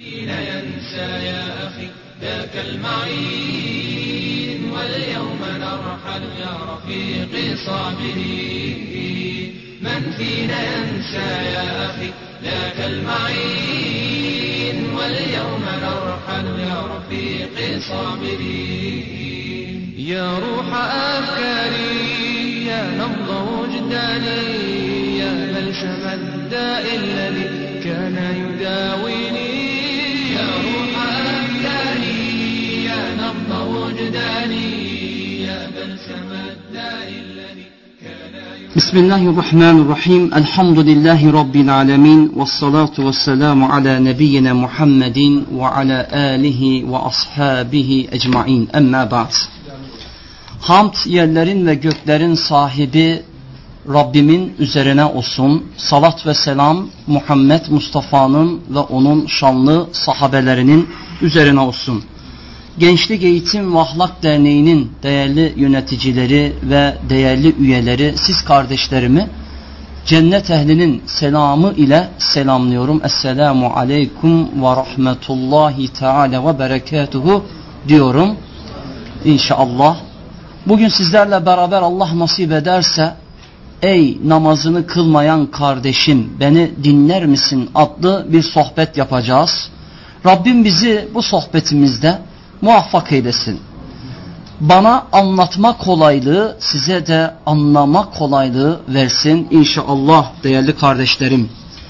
ينسى يا أخي ذاك المعين واليوم نرحل يا رفيقي صابرين من فينا ينسى يا أخي ذاك المعين واليوم نرحل يا رفيقي صابرين يا روح أفكاري يا نبض وجداني يا بلسم الداء الذي كان يداويني يا روح أفكاري يا نبض وجداني يا بلسم الداء الذي كان يداويني بسم الله الرحمن الرحيم الحمد لله رب العالمين والصلاة والسلام على نبينا محمد وعلى آله وأصحابه أجمعين أما بعد. Hamd yerlerin ve göklerin sahibi Rabbimin üzerine olsun. Salat ve selam Muhammed Mustafa'nın ve onun şanlı sahabelerinin üzerine olsun. Gençlik Eğitim ve Ahlak Derneği'nin değerli yöneticileri ve değerli üyeleri, siz kardeşlerimi cennet ehlinin selamı ile selamlıyorum. Esselamu aleyküm ve rahmetullahi teala ve berekatuhu diyorum. İnşallah. Bugün sizlerle beraber Allah nasip ederse ey namazını kılmayan kardeşim beni dinler misin adlı bir sohbet yapacağız. Rabbim bizi bu sohbetimizde muvaffak eylesin. Bana anlatma kolaylığı, size de anlama kolaylığı versin inşallah değerli kardeşlerim.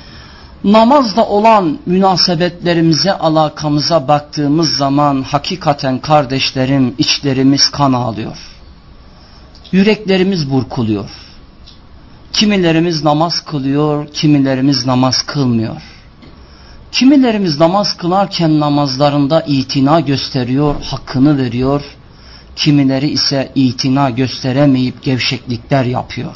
Namazla olan münasebetlerimize, alakamıza baktığımız zaman hakikaten kardeşlerim içlerimiz kan ağlıyor. Yüreklerimiz burkuluyor. Kimilerimiz namaz kılıyor, kimilerimiz namaz kılmıyor. Kimilerimiz namaz kılarken namazlarında itina gösteriyor, hakkını veriyor. Kimileri ise itina gösteremeyip gevşeklikler yapıyor.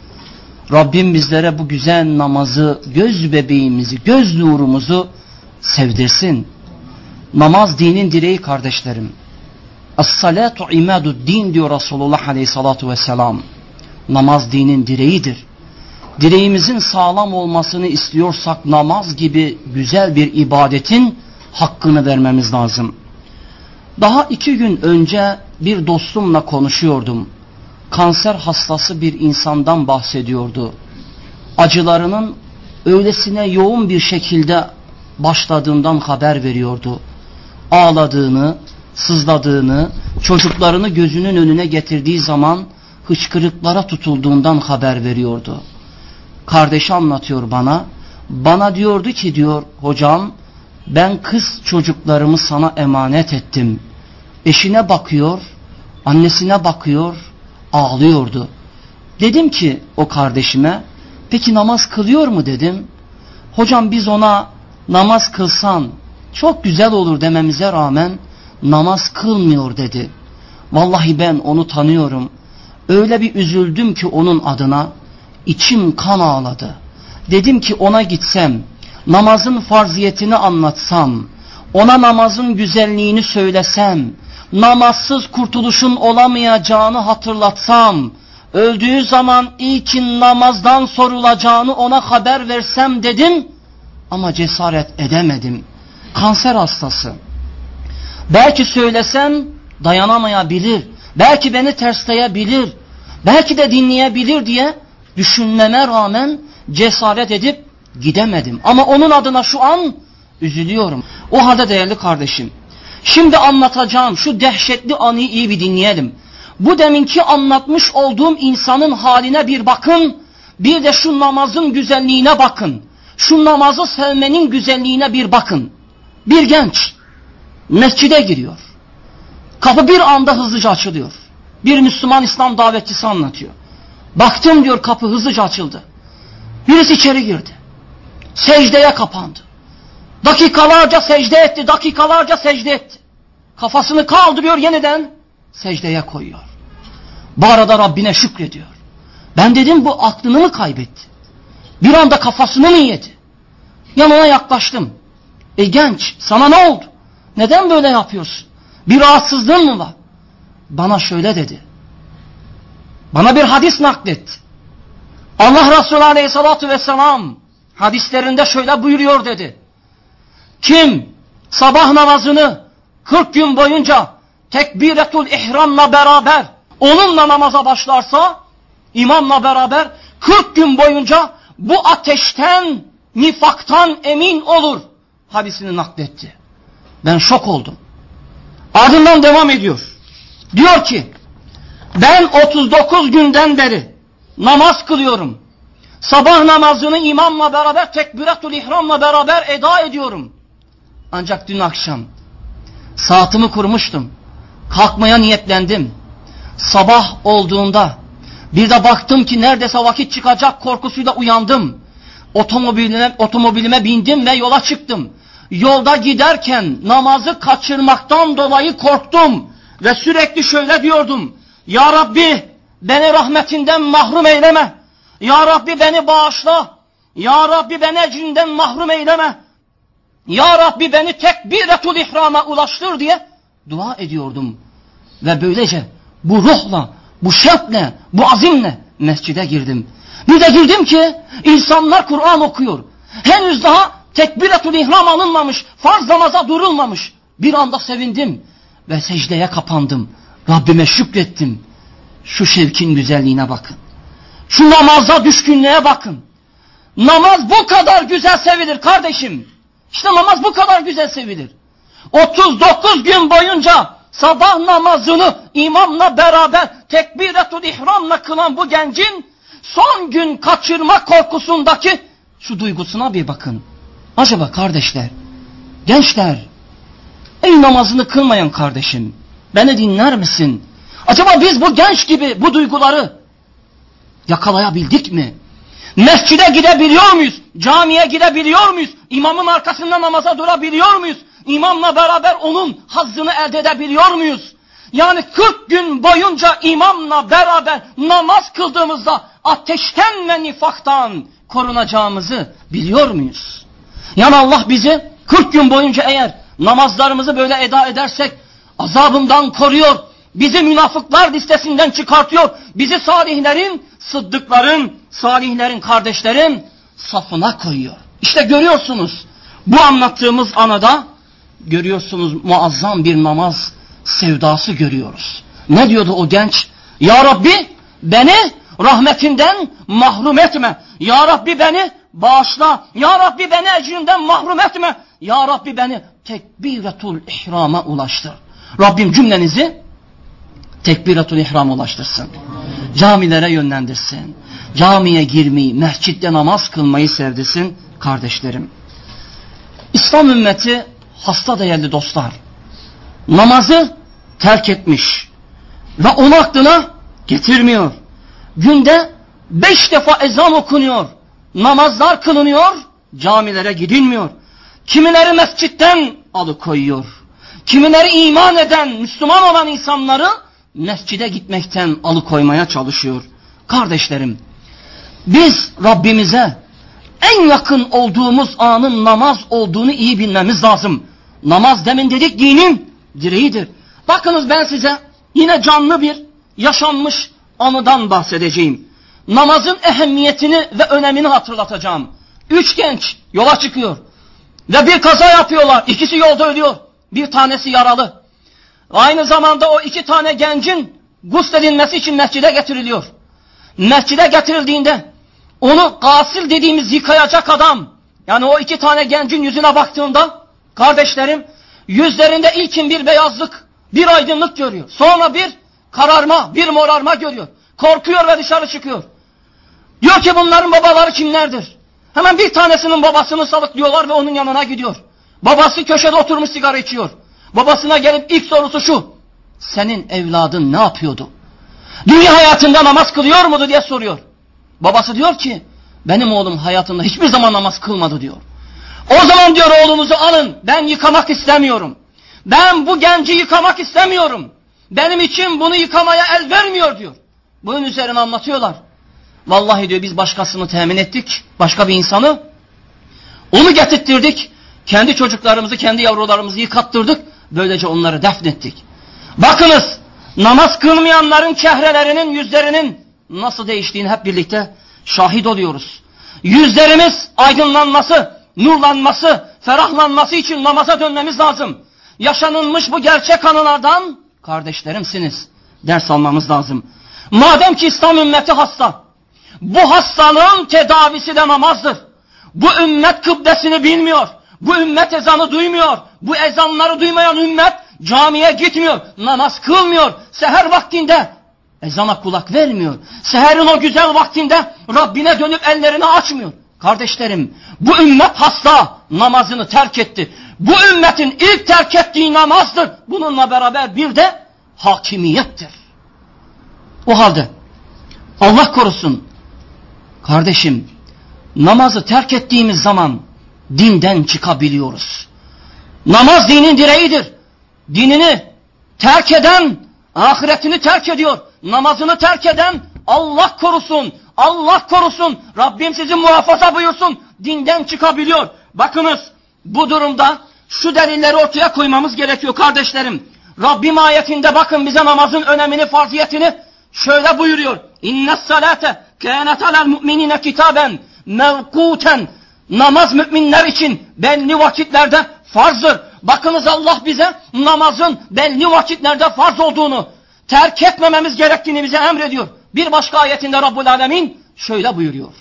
Rabbim bizlere bu güzel namazı, göz bebeğimizi, göz nurumuzu sevdirsin. Namaz dinin direği kardeşlerim. Es-salatu imadu'd-din diyor Resulullah Aleyhissalatu vesselam. Namaz dinin direğidir. Direğimizin sağlam olmasını istiyorsak namaz gibi güzel bir ibadetin hakkını vermemiz lazım. Daha 2 gün önce bir dostumla konuşuyordum. Kanser hastası bir insandan bahsediyordu. Acılarının öylesine yoğun bir şekilde başladığından haber veriyordu. Ağladığını, sızladığını, çocuklarını gözünün önüne getirdiği zaman hıçkırıklara tutulduğundan haber veriyordu. Kardeşi anlatıyor bana. Bana diyordu ki diyor, hocam ben kız çocuklarımı sana emanet ettim. Eşine bakıyor, annesine bakıyor, ağlıyordu. Dedim ki o kardeşime, peki namaz kılıyor mu dedim. Hocam biz ona namaz kılsan çok güzel olur dememize rağmen namaz kılmıyor dedi. Vallahi ben onu tanıyorum. Öyle bir üzüldüm ki onun adına, içim kan ağladı. Dedim ki ona gitsem, namazın farziyetini anlatsam, ona namazın güzelliğini söylesem, namazsız kurtuluşun olamayacağını hatırlatsam, öldüğü zaman ilkin namazdan sorulacağını ona haber versem dedim ama cesaret edemedim. Kanser hastası. Belki söylesem dayanamayabilir, belki beni tersleyebilir, belki de dinleyebilir diye düşünmeme rağmen cesaret edip gidemedim. Ama onun adına şu an üzülüyorum. O halde değerli kardeşim, şimdi anlatacağım şu dehşetli anıyı iyi bir dinleyelim. Bu deminki anlatmış olduğum insanın haline bir bakın, bir de şu namazın güzelliğine bakın. Şu namazı sevmenin güzelliğine bir bakın. Bir genç mescide giriyor. Kapı bir anda hızlıca açılıyor. Bir Müslüman İslam davetçisi anlatıyor. Baktım diyor, kapı hızlıca açıldı. Birisi içeri girdi. Secdeye kapandı. Dakikalarca secde etti, dakikalarca secde etti. Kafasını kaldırıyor, yeniden secdeye koyuyor. Bu arada Rabbine şükrediyor. Ben dedim bu aklını mı kaybetti? Bir anda kafasını mı yedi? Yanına yaklaştım. Genç, sana ne oldu? Neden böyle yapıyorsun? Bir rahatsızlığın mı var? Bana şöyle dedi. Bana bir hadis nakletti. Allah Resulü Aleyhisselatü Vesselam hadislerinde şöyle buyuruyor dedi. Kim sabah namazını 40 gün boyunca tekbiretul ihramla beraber onunla namaza başlarsa, imamla beraber 40 gün boyunca bu ateşten, nifaktan emin olur hadisini nakletti. Ben şok oldum. Ardından devam ediyor. Diyor ki, ben 39 günden beri namaz kılıyorum. Sabah namazını imamla beraber, tekbiratul ihramla beraber eda ediyorum. Ancak dün akşam saatimi kurmuştum. Kalkmaya niyetlendim. Sabah olduğunda bir de baktım ki neredeyse vakit çıkacak korkusuyla uyandım. Otomobilime bindim ve yola çıktım. Yolda giderken namazı kaçırmaktan dolayı korktum. Ve sürekli şöyle diyordum. Ya Rabbi beni rahmetinden mahrum eyleme. Ya Rabbi beni bağışla. Ya Rabbi beni ecrinden mahrum eyleme. Ya Rabbi beni tekbiretul ihrama ulaştır diye dua ediyordum. Ve böylece bu ruhla, bu şevkle, bu azimle mescide girdim. Bir de girdim ki insanlar Kur'an okuyor. Henüz daha tekbiretul ihram alınmamış, farz namaza durulmamış. Bir anda sevindim ve secdeye kapandım. Rabbime şükrettim. Şu şevkin güzelliğine bakın. Şu namaza düşkünlüğe bakın. Namaz bu kadar güzel sevilir kardeşim. İşte namaz bu kadar güzel sevilir. 39 gün boyunca sabah namazını imamla beraber tekbiretul ihramla kılan bu gencin son gün kaçırma korkusundaki şu duygusuna bir bakın. Acaba kardeşler, gençler, ey namazını kılmayan kardeşim, beni dinler misin? Acaba biz bu genç gibi bu duyguları yakalayabildik mi? Mescide gidebiliyor muyuz? Camiye gidebiliyor muyuz? İmamın arkasında namaza durabiliyor muyuz? İmamla beraber onun hazzını elde edebiliyor muyuz? Yani 40 gün boyunca imamla beraber namaz kıldığımızda ateşten ve nifaktan korunacağımızı biliyor muyuz? Yani Allah bizi 40 gün boyunca eğer namazlarımızı böyle eda edersek azabından koruyor, bizi münafıklar listesinden çıkartıyor, bizi salihlerin, sıddıkların, salihlerin, kardeşlerin safına koyuyor. İşte görüyorsunuz bu anlattığımız anada görüyorsunuz muazzam bir namaz sevdası görüyoruz. Ne diyordu o genç? Ya Rabbi beni rahmetinden mahrum etme. Ya Rabbi beni bağışla. Ya Rabbi beni ecrinden mahrum etme. Ya Rabbi beni tekbiretul ihrama ulaştır. Rabbim cümlenizi tekbiretul ihrama ulaştırsın. Camilere yönlendirsin. Camiye girmeyi, mescitte namaz kılmayı sevdirsin kardeşlerim. İslam ümmeti hasta değerli dostlar. Namazı terk etmiş ve onu aklına getirmiyor. Günde 5 defa ezan okunuyor. Namazlar kılınıyor, camilere gidilmiyor. Kimileri mescitten alıkoyuyor. Kimileri iman eden, Müslüman olan insanları mescide gitmekten alıkoymaya çalışıyor. Kardeşlerim, biz Rabbimize en yakın olduğumuz anın namaz olduğunu iyi bilmemiz lazım. Namaz demin dedik dinin direğidir. Bakınız ben size yine canlı bir yaşanmış anıdan bahsedeceğim. Namazın ehemmiyetini ve önemini hatırlatacağım. 3 genç yola çıkıyor ve bir kaza yapıyorlar. İkisi yolda ölüyor. Bir tanesi yaralı. Aynı zamanda o 2 tane gencin gusledilmesi için mescide getiriliyor. Mescide getirildiğinde onu gasil dediğimiz yıkayacak adam, yani o 2 tane gencin yüzüne baktığında kardeşlerim yüzlerinde ilkin bir beyazlık, bir aydınlık görüyor. Sonra bir kararma, bir morarma görüyor. Korkuyor ve dışarı çıkıyor. Diyor ki bunların babaları kimlerdir? Hemen bir tanesinin babasını salıklıyorlar ve onun yanına gidiyor. Babası köşede oturmuş sigara içiyor. Babasına gelip ilk sorusu şu: senin evladın ne yapıyordu? Dünya hayatında namaz kılıyor muydu diye soruyor. Babası diyor ki benim oğlum hayatında hiçbir zaman namaz kılmadı diyor. O zaman diyor oğlunuzu alın, ben yıkamak istemiyorum. Ben bu genci yıkamak istemiyorum. Benim için bunu yıkamaya el vermiyor diyor. Bunun üzerine anlatıyorlar. Vallahi diyor biz başkasını temin ettik, başka bir insanı. Onu getirttirdik. Kendi çocuklarımızı, kendi yavrularımızı yıkattırdık. Böylece onları defnettik. Bakınız namaz kılmayanların çehrelerinin, yüzlerinin nasıl değiştiğini hep birlikte şahit oluyoruz. Yüzlerimiz aydınlanması, nurlanması, ferahlanması için namaza dönmemiz lazım. Yaşanılmış bu gerçek anılardan kardeşlerimsiniz, ders almamız lazım. Madem ki İslam ümmeti hasta, bu hastalığın tedavisi de namazdır. Bu ümmet kıblesini bilmiyor, bu ümmet ezanı duymuyor, bu ezanları duymayan ümmet camiye gitmiyor, namaz kılmıyor, seher vaktinde ezana kulak vermiyor, seherin o güzel vaktinde Rabbine dönüp ellerini açmıyor. Kardeşlerim, bu ümmet hasta, namazını terk etti. Bu ümmetin ilk terk ettiği namazdır. Bununla beraber bir de hakimiyettir. O halde Allah korusun kardeşim, namazı terk ettiğimiz zaman dinden çıkabiliyoruz. Namaz dinin direğidir. Dinini terk eden ahiretini terk ediyor. Namazını terk eden Allah korusun, Allah korusun, Rabbim sizi muhafaza buyursun, dinden çıkabiliyor. Bakınız, bu durumda şu delilleri ortaya koymamız gerekiyor kardeşlerim. Rabbim ayetinde bakın bize namazın önemini, farziyetini şöyle buyuruyor. İnnes salate kânet alel mu'minine kitaben mevkûten. Namaz müminler için belli vakitlerde farzdır. Bakınız, Allah bize namazın belli vakitlerde farz olduğunu, terk etmememiz gerektiğini bize emrediyor. Bir başka ayetinde Rabbul Alemin şöyle buyuruyor.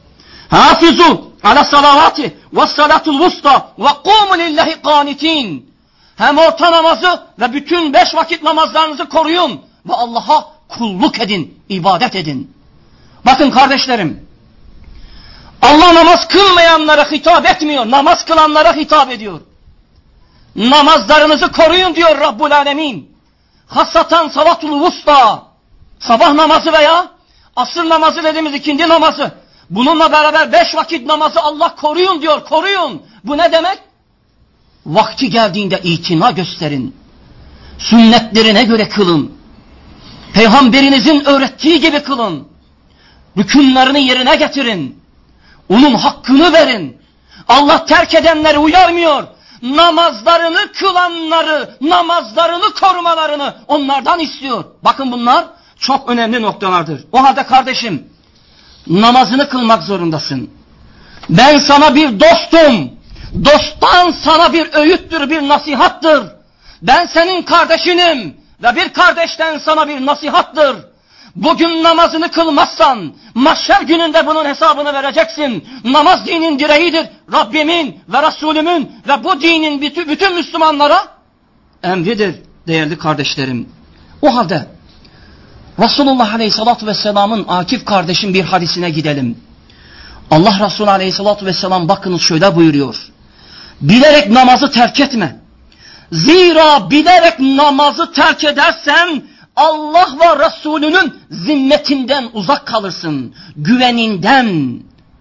Hafizu ala salavati ve salatul vusta ve kumu lillahi qanitin. Hem orta namazı ve bütün 5 vakit namazlarınızı koruyun ve Allah'a kulluk edin, ibadet edin. Bakın kardeşlerim, Allah namaz kılmayanlara hitap etmiyor, namaz kılanlara hitap ediyor. Namazlarınızı koruyun diyor Rabbul Alemin. Hassatan salatul vusta, sabah namazı veya asır namazı dediğimiz ikindi namazı. Bununla beraber 5 vakit namazı Allah koruyun diyor, koruyun. Bu ne demek? Vakti geldiğinde itina gösterin. Sünnetlerine göre kılın. Peygamberinizin öğrettiği gibi kılın. Rükünlerini yerine getirin. Onun hakkını verin. Allah terk edenleri uyarmıyor. Namazlarını kılanları, namazlarını korumalarını onlardan istiyor. Bakın, bunlar çok önemli noktalardır. O halde kardeşim, namazını kılmak zorundasın. Ben sana bir dostum. Dosttan sana bir öğüttür, bir nasihattır. Ben senin kardeşinim ve bir kardeşten sana bir nasihattır. Bugün namazını kılmazsan mahşer gününde bunun hesabını vereceksin. Namaz dinin direğidir. Rabbimin ve Resulümün ve bu dinin bütün Müslümanlara emridir değerli kardeşlerim. O halde Resulullah Aleyhisselatü Vesselam'ın Akif kardeşin bir hadisine gidelim. Allah Resulü Aleyhisselatü Vesselam bakınız şöyle buyuruyor. Bilerek namazı terk etme. Zira bilerek namazı terk edersen Allah ve Resulünün zimmetinden uzak kalırsın. Güveninden,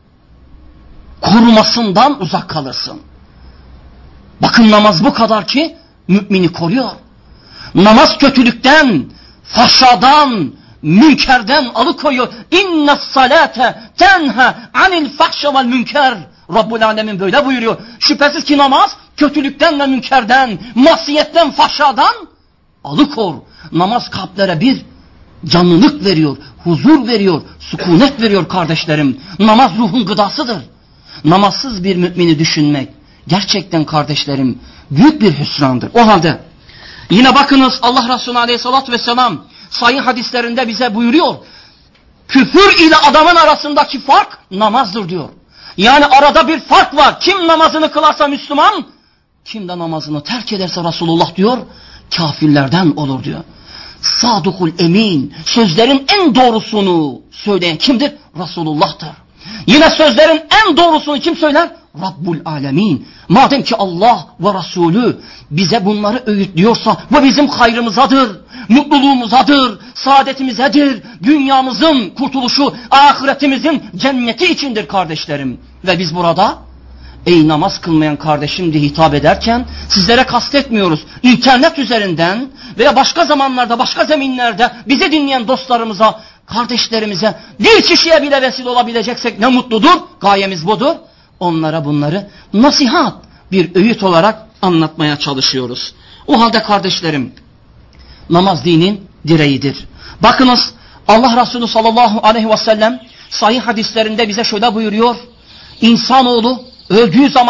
korumasından uzak kalırsın. Bakın, namaz bu kadar ki mümini koruyor. Namaz kötülükten, fahşadan, münkerden alıkoyuyor. İnne salate tenha anil fahşa vel münker. Rabbul Alemin böyle buyuruyor. Şüphesiz ki namaz kötülükten ve münkerden, masiyetten, fahşadan alıkor. Namaz kalplere bir canlılık veriyor, huzur veriyor, sükunet veriyor kardeşlerim. Namaz ruhun gıdasıdır. Namazsız bir mümini düşünmek gerçekten kardeşlerim büyük bir hüsrandır. O halde yine bakınız, Allah Resulü Aleyhisselatü Vesselam sahih hadislerinde bize buyuruyor. Küfür ile adamın arasındaki fark namazdır diyor. Yani arada bir fark var. Kim namazını kılarsa Müslüman, kim de namazını terk ederse Resulullah diyor, kafirlerden olur diyor. Sadukul emin, sözlerin en doğrusunu söyleyen kimdir? Resulullah'tır. Yine sözlerin en doğrusunu kim söyler? Rabbul Alemin. Madem ki Allah ve Resulü bize bunları öğütlüyorsa bu bizim hayrımızadır, mutluluğumuzadır, saadetimizedir, dünyamızın kurtuluşu, ahiretimizin cenneti içindir kardeşlerim. Ve biz burada ey namaz kılmayan kardeşim diye hitap ederken sizlere kastetmiyoruz. İnternet üzerinden veya başka zamanlarda, başka zeminlerde bizi dinleyen dostlarımıza, kardeşlerimize bir kişiye bile vesile olabileceksek ne mutludur. Gayemiz budur. Onlara bunları nasihat, bir öğüt olarak anlatmaya çalışıyoruz. O halde kardeşlerim, namaz dinin direğidir. Bakınız, Allah Resulü sallallahu aleyhi ve sellem sahih hadislerinde bize şöyle buyuruyor. İnsanoğlu öldüğü zaman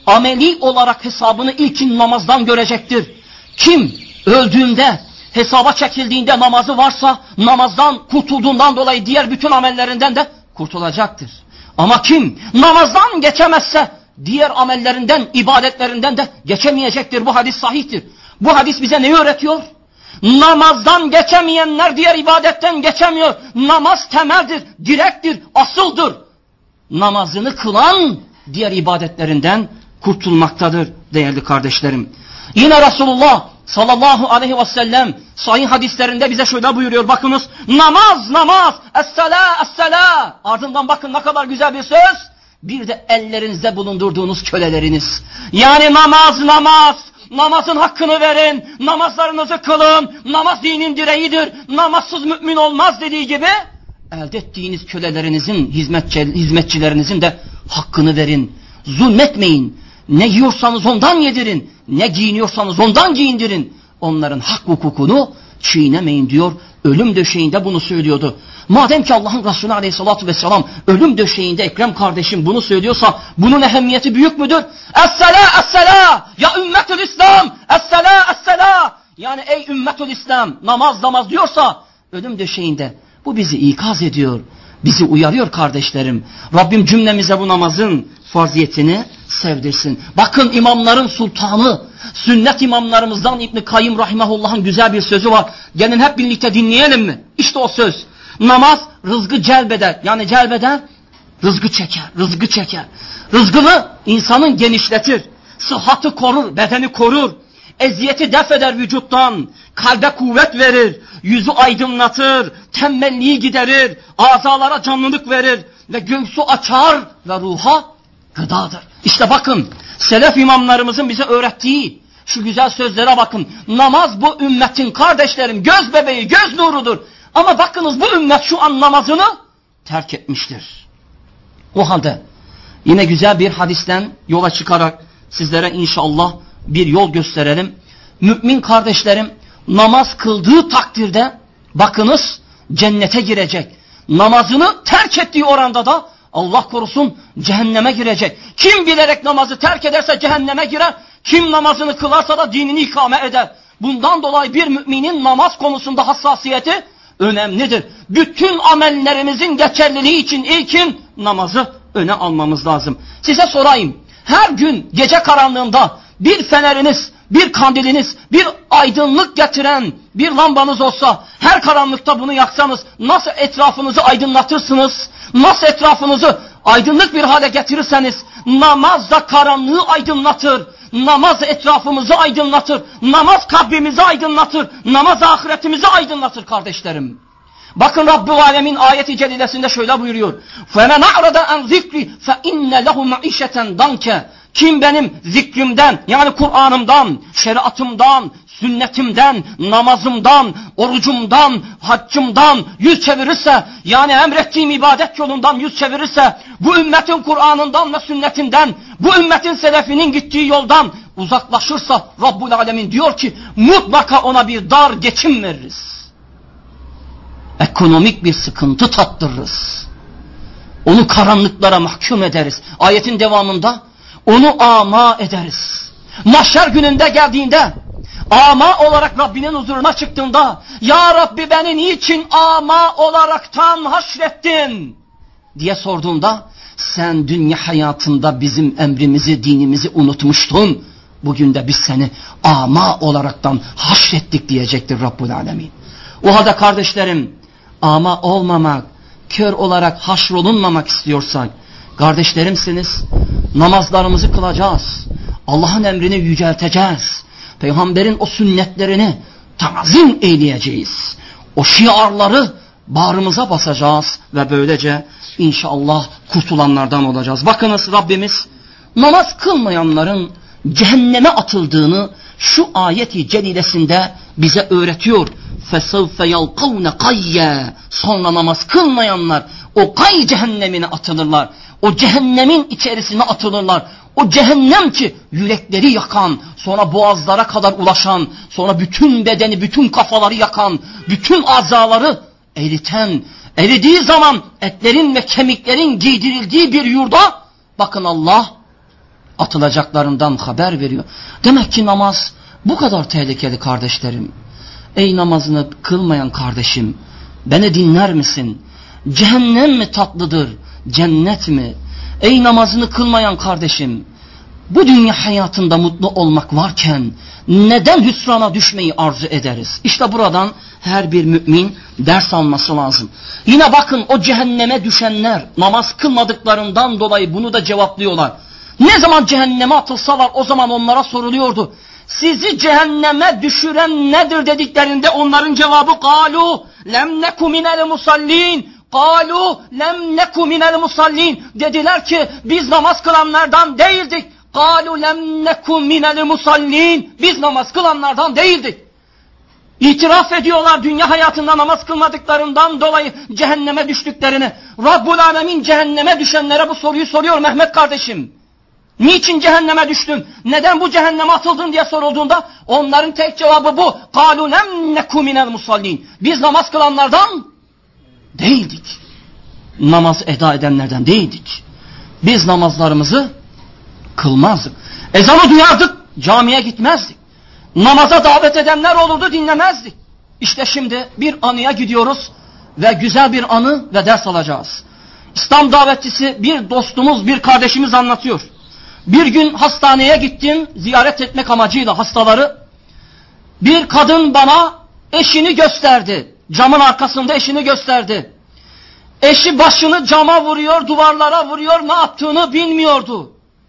ameli olarak hesabını ilkin namazdan görecektir. Kim öldüğünde, hesaba çekildiğinde namazı varsa namazdan kurtulduğundan dolayı diğer bütün amellerinden de kurtulacaktır. Ama kim namazdan geçemezse diğer amellerinden, ibadetlerinden de geçemeyecektir. Bu hadis sahihtir. Bu hadis bize neyi öğretiyor? Namazdan geçemeyenler diğer ibadetten geçemiyor. Namaz temeldir, direktir, asıldır. Namazını kılan diğer ibadetlerinden kurtulmaktadır değerli kardeşlerim. Yine Resulullah sallallahu aleyhi ve sellem sahih hadislerinde bize şöyle buyuruyor. Bakınız, namaz, namaz, es-sala, es-sala. Ardından bakın ne kadar güzel bir söz. Bir de ellerinizde bulundurduğunuz köleleriniz. Yani namaz, namaz. Namazın hakkını verin, namazlarınızı kılın, namaz dinin direğidir, namazsız mümin olmaz dediği gibi, elde ettiğiniz kölelerinizin, hizmetçilerinizin de hakkını verin. Zulmetmeyin, ne yiyorsanız ondan yedirin, ne giyiniyorsanız ondan giyindirin. Onların hak hukukunu çiğnemeyin diyor, ölüm döşeğinde bunu söylüyordu. Madem ki Allah'ın Resulü aleyhissalatü vesselam ölüm döşeğinde Ekrem kardeşim bunu söylüyorsa bunun ehemmiyeti büyük müdür? Es-sela, es-sela, ya ümmetül İslam, es-sela, es-sela. Yani ey ümmetül İslam, namaz namaz diyorsa ölüm döşeğinde bu bizi ikaz ediyor, bizi uyarıyor kardeşlerim. Rabbim cümlemize bu namazın farziyetini sevdirsin. Bakın imamların sultanı, sünnet imamlarımızdan İbn-i Kayyım rahimahullah'ın güzel bir sözü var. Gelin hep birlikte dinleyelim mi? İşte o söz. Namaz rızkı celbeder. Yani celbeder, rızkı çeker, rızkı çeker. Rızkını insanın genişletir. Sıhhatı korur, bedeni korur. Eziyeti def eder vücuttan. Kalbe kuvvet verir. Yüzü aydınlatır. Tembelliği giderir. Azalara canlılık verir. Ve göğsü açar ve ruha gıdadır. İşte bakın selef imamlarımızın bize öğrettiği şu güzel sözlere bakın. Namaz bu ümmetin kardeşlerim göz bebeği, göz nurudur. Ama bakınız bu ümmet şu an namazını terk etmiştir. O halde yine güzel bir hadisten yola çıkarak sizlere inşallah bir yol gösterelim. Mümin kardeşlerim namaz kıldığı takdirde bakınız cennete girecek. Namazını terk ettiği oranda da Allah korusun cehenneme girecek. Kim bilerek namazı terk ederse cehenneme girer. Kim namazını kılarsa da dinini ikame eder. Bundan dolayı bir müminin namaz konusunda hassasiyeti önemlidir. Bütün amellerimizin geçerliliği için ilkin namazı öne almamız lazım. Size sorayım. Her gün gece karanlığında bir feneriniz, bir kandiliniz, bir aydınlık getiren bir lambanız olsa, her karanlıkta bunu yaksanız nasıl etrafınızı aydınlatırsınız? Nasıl etrafınızı aydınlık bir hale getirirseniz namaz da karanlığı aydınlatır. Namaz etrafımızı aydınlatır. Namaz kalbimizi aydınlatır. Namaz ahiretimizi aydınlatır kardeşlerim. Bakın Rabbul Alemin ayeti celilesinde şöyle buyuruyor. فَمَنْ اَعْرَضَ عَنْ ذِكْرِ فَاِنَّ لَهُ مَعِشَةً دَنْكَ. Kim benim zikrimden, yani Kur'an'ımdan, şeriatımdan, sünnetimden, namazımdan, orucumdan, haccımdan yüz çevirirse, yani emrettiğim ibadet yolundan yüz çevirirse, bu ümmetin Kur'an'ından ve sünnetinden, bu ümmetin selefinin gittiği yoldan uzaklaşırsa Rabbul Alemin diyor ki mutlaka ona bir dar geçim veririz. Ekonomik bir sıkıntı tattırırız. Onu karanlıklara mahkum ederiz. Ayetin devamında onu ama ederiz. Mahşer gününde geldiğinde, ama olarak Rabbinin huzuruna çıktığında, ya Rabbi beni niçin ama olaraktan haşrettin diye sorduğunda, sen dünya hayatında bizim emrimizi, dinimizi unutmuştun. Bugün de biz seni ama olaraktan haşrettik diyecektir Rabbul Alemin. O halde kardeşlerim, ama olmamak, kör olarak haşrolunmamak istiyorsak, kardeşlerimsiniz, namazlarımızı kılacağız. Allah'ın emrini yücelteceğiz. Peygamberin o sünnetlerini tazim eyleyeceğiz. O şiarları bağrımıza basacağız ve böylece inşallah kurtulanlardan olacağız. Bakınız Rabbimiz namaz kılmayanların cehenneme atıldığını şu ayeti celilesinde bize öğretiyor. فَسَوْفَ يَلْقَوْنَ قَيَّ. Sonra namaz kılmayanlar o kay cehennemine atılırlar. O cehennemin içerisine atılırlar. O cehennem ki yürekleri yakan, sonra boğazlara kadar ulaşan, sonra bütün bedeni, bütün kafaları yakan, bütün azaları eriten, eridiği zaman etlerin ve kemiklerin giydirildiği bir yurda, bakın Allah atılacaklarından haber veriyor. Demek ki namaz bu kadar tehlikeli kardeşlerim. Ey namazını kılmayan kardeşim, beni dinler misin? Cehennem mi tatlıdır, cennet mi? Ey namazını kılmayan kardeşim, bu dünya hayatında mutlu olmak varken neden hüsrana düşmeyi arzu ederiz? İşte buradan her bir mümin ders alması lazım. Yine bakın o cehenneme düşenler namaz kılmadıklarından dolayı bunu da cevaplıyorlar. Ne zaman cehenneme atılsalar o zaman onlara soruluyordu. Sizi cehenneme düşüren nedir dediklerinde onların cevabı قَالُوا لَمْ نَكُ مِنَ الْمُصَلِّينَ قَالُوا لَمْ نَكُ مِنَ الْمُصَلِّينَ Dediler ki biz namaz kılanlardan değildik. قَالُوا لَمْ نَكُ مِنَ الْمُصَلِّينَ Biz namaz kılanlardan değildik. İtiraf ediyorlar dünya hayatında namaz kılmadıklarından dolayı cehenneme düştüklerini. Rabbul Alemin cehenneme düşenlere bu soruyu soruyor Mehmet kardeşim. Niçin cehenneme düştün? Neden bu cehenneme atıldın diye sorulduğunda onların tek cevabı bu. قَالُوا لَمْ نَكُ مِنَ الْمُصَلِّينَ Biz namaz kılanlardan değildik. Namaz eda edenlerden değildik. Biz namazlarımızı kılmazdık. Ezanı duyardık, camiye gitmezdik. Namaza davet edenler olurdu, dinlemezdik. İşte şimdi bir anıya gidiyoruz ve güzel bir anı ve ders alacağız. İslam davetçisi bir dostumuz, bir kardeşimiz anlatıyor. Bir gün hastaneye gittim ziyaret etmek amacıyla hastaları. Bir kadın bana eşini gösterdi. Camın arkasında eşini gösterdi. Eşi başını cama vuruyor, duvarlara vuruyor, ne yaptığını bilmiyordu.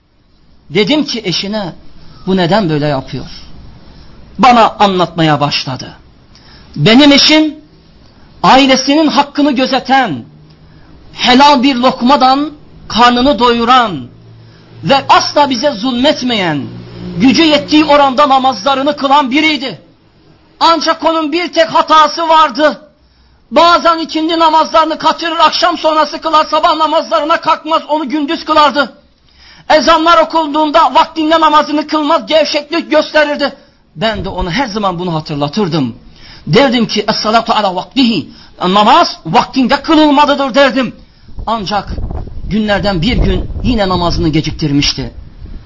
Dedim ki eşine bu neden böyle yapıyor? Bana anlatmaya başladı. Benim eşim ailesinin hakkını gözeten, helal bir lokmadan karnını doyuran ve asla bize zulmetmeyen, gücü yettiği oranda namazlarını kılan biriydi. Ancak onun bir tek hatası vardı. Bazen ikindi namazlarını kaçırır, akşam sonrası kılar, sabah namazlarına kalkmaz, onu gündüz kılardı. Ezanlar okunduğunda vaktinde namazını kılmaz, gevşeklik gösterirdi. Ben de ona her zaman bunu hatırlatırdım. Derdim ki es-salatu ala vaktihi, namaz vaktinde kılınmalıdır derdim. Ancak günlerden bir gün yine namazını geciktirmişti.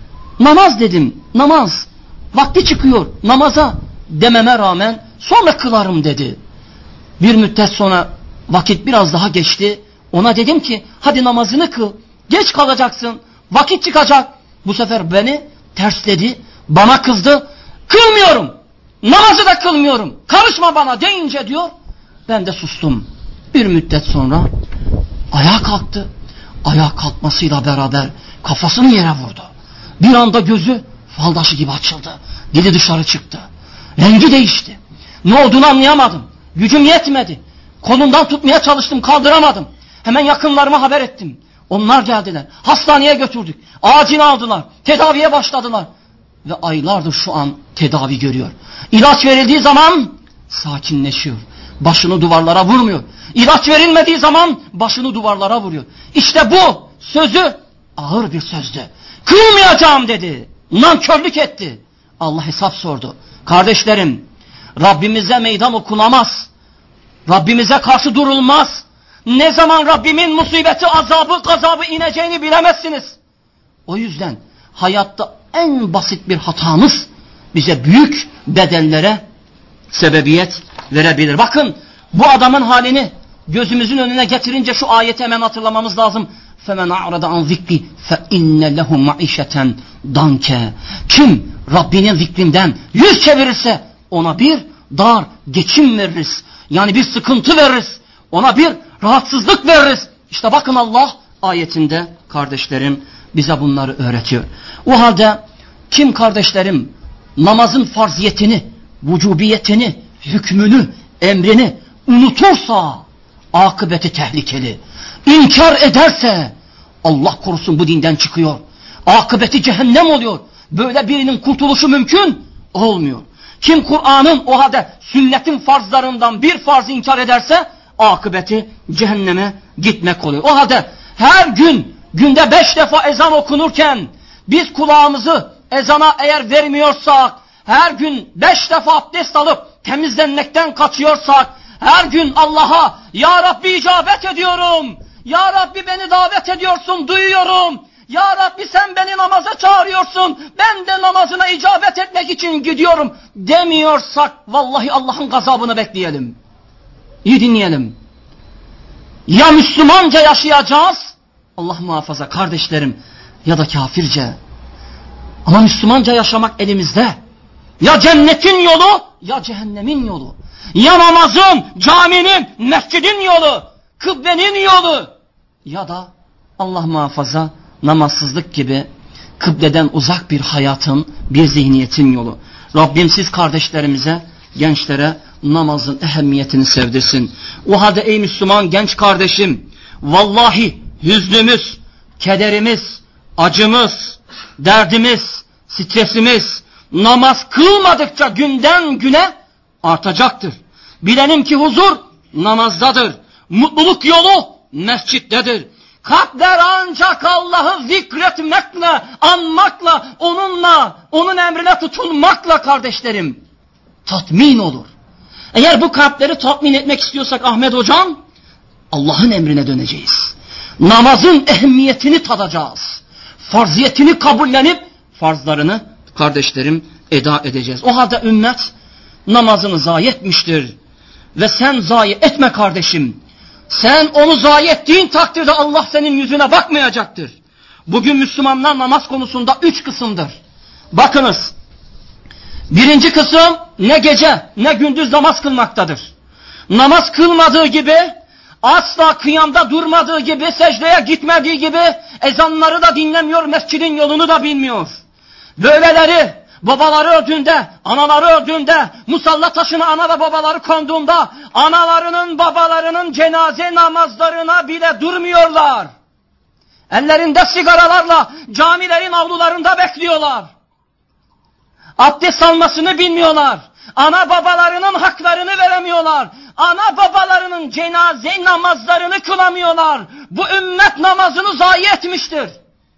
Namaz dedim, namaz vakti çıkıyor namaza dememe rağmen sonra kılarım dedi. Bir müddet sonra vakit biraz daha geçti. Ona dedim ki hadi namazını kıl, geç kalacaksın, vakit çıkacak. Bu sefer beni tersledi, bana kızdı. Kılmıyorum, namazı da kılmıyorum, karışma bana deyince diyor, ben de sustum. Bir müddet sonra ayağa kalktı. Ayağa kalkmasıyla beraber kafasını yere vurdu. Bir anda gözü faldaşı gibi açıldı. Dili dışarı çıktı. Rengi değişti. Ne olduğunu anlayamadım. Gücüm yetmedi. Kolundan tutmaya çalıştım, kaldıramadım. Hemen yakınlarıma haber ettim. Onlar geldiler. Hastaneye götürdük. Acil aldılar. Tedaviye başladılar. Ve aylardır şu an tedavi görüyor. İlaç verildiği zaman sakinleşiyor. Başını duvarlara vurmuyor. İlaç verilmediği zaman başını duvarlara vuruyor. İşte bu sözü ağır bir sözdü. Kılmayacağım dedi. Nankörlük etti. Allah hesap sordu. Kardeşlerim, Rabbimize meydan okunamaz. Rabbimize karşı durulmaz. Ne zaman Rabbimin musibeti, azabı, gazabı ineceğini bilemezsiniz. O yüzden hayatta en basit bir hatamız bize büyük bedellere sebebiyet verebilir. Bakın bu adamın halini gözümüzün önüne getirince şu ayeti hemen hatırlamamız lazım. فَمَنْ أَعْرَضَ عَنْ ذِكْرِ فَاِنَّ لَهُ مَعِيشَةً دَنْكَ Kim Rabbinin zikrinden yüz çevirirse ona bir dar geçim veririz. Yani bir sıkıntı veririz. Ona bir rahatsızlık veririz. İşte bakın Allah ayetinde kardeşlerim bize bunları öğretiyor. O halde kim kardeşlerim namazın farziyetini, vücubiyetini, hükmünü, emrini unutursa akıbeti tehlikeli. İnkar ederse Allah korusun bu dinden çıkıyor. Akıbeti cehennem oluyor. Böyle birinin kurtuluşu mümkün olmuyor. Kim Kur'an'ın o halde sünnetin farzlarından bir farzı inkar ederse akıbeti cehenneme gitmek oluyor. O halde her gün günde 5 defa ezan okunurken biz kulağımızı ezana eğer vermiyorsak, her gün 5 defa abdest alıp temizlenmekten kaçıyorsak, her gün Allah'a ya Rabbi icabet ediyorum, ya Rabbi beni davet ediyorsun, duyuyorum, Ya Rabbi sen beni namaza çağırıyorsun, ben de namazına icabet etmek için gidiyorum demiyorsak vallahi Allah'ın gazabını bekleyelim. İyi dinleyelim. Ya Müslümanca yaşayacağız, Allah muhafaza kardeşlerim, ya da kafirce. Ama Müslümanca yaşamak elimizde. Ya cennetin yolu ya cehennemin yolu. Ya namazın, caminin, mescidin yolu, kıblenin yolu. Ya da Allah muhafaza namazsızlık gibi kıbleden uzak bir hayatın, bir zihniyetin yolu. Rabbim siz kardeşlerimize, gençlere namazın ehemmiyetini sevdirsin. O halde ey Müslüman genç kardeşim, vallahi hüznümüz, kederimiz, acımız, derdimiz, stresimiz namaz kılmadıkça günden güne artacaktır. Bilelim ki huzur namazdadır. Mutluluk yolu mescittedir. Kalpler ancak Allah'ı zikretmekle, anmakla, onun emrine tutunmakla kardeşlerim tatmin olur. Eğer bu kalpleri tatmin etmek istiyorsak Ahmet hocam, Allah'ın emrine döneceğiz. Namazın ehemmiyetini tadacağız. Farziyetini kabullenip farzlarını kardeşlerim eda edeceğiz. O halde ümmet namazını zayi etmiştir. Ve sen zayi etme kardeşim. Sen onu zayi ettiğin takdirde Allah senin yüzüne bakmayacaktır. Bugün Müslümanlar namaz konusunda 3 kısımdır. Bakınız. Birinci kısım ne gece ne gündüz namaz kılmaktadır. Namaz kılmadığı gibi, asla kıyamda durmadığı gibi, secdeye gitmediği gibi ezanları da dinlemiyor, mescidin yolunu da bilmiyor. Böyleleri babaları öldüğünde, anaları öldüğünde, musalla taşına ana ve babaları konduğunda analarının babalarının cenaze namazlarına bile durmuyorlar. Ellerinde sigaralarla camilerin avlularında bekliyorlar. Abdest almasını bilmiyorlar. Ana babalarının haklarını veremiyorlar. Ana babalarının cenaze namazlarını kılamıyorlar. Bu ümmet namazını zayi etmiştir.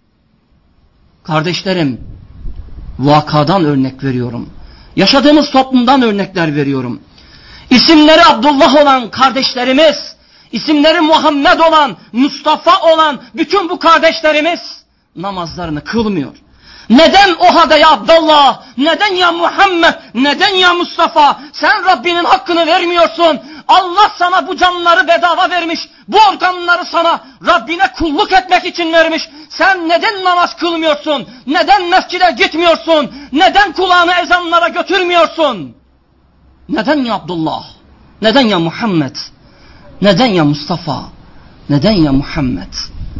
Kardeşlerim, vakadan örnek veriyorum. Yaşadığımız toplumdan örnekler veriyorum. İsimleri Abdullah olan kardeşlerimiz, isimleri Muhammed olan, Mustafa olan bütün bu kardeşlerimiz namazlarını kılmıyor. Neden o halde ya Abdullah, neden ya Muhammed, neden ya Mustafa sen Rabbinin hakkını vermiyorsun? Allah sana bu canları bedava vermiş, bu organları sana Rabbine kulluk etmek için vermiş. Sen neden namaz kılmıyorsun? Neden mescide gitmiyorsun? Neden kulağını ezanlara götürmüyorsun? Neden ya Abdullah? Neden ya Muhammed? Neden ya Mustafa? Neden ya Muhammed?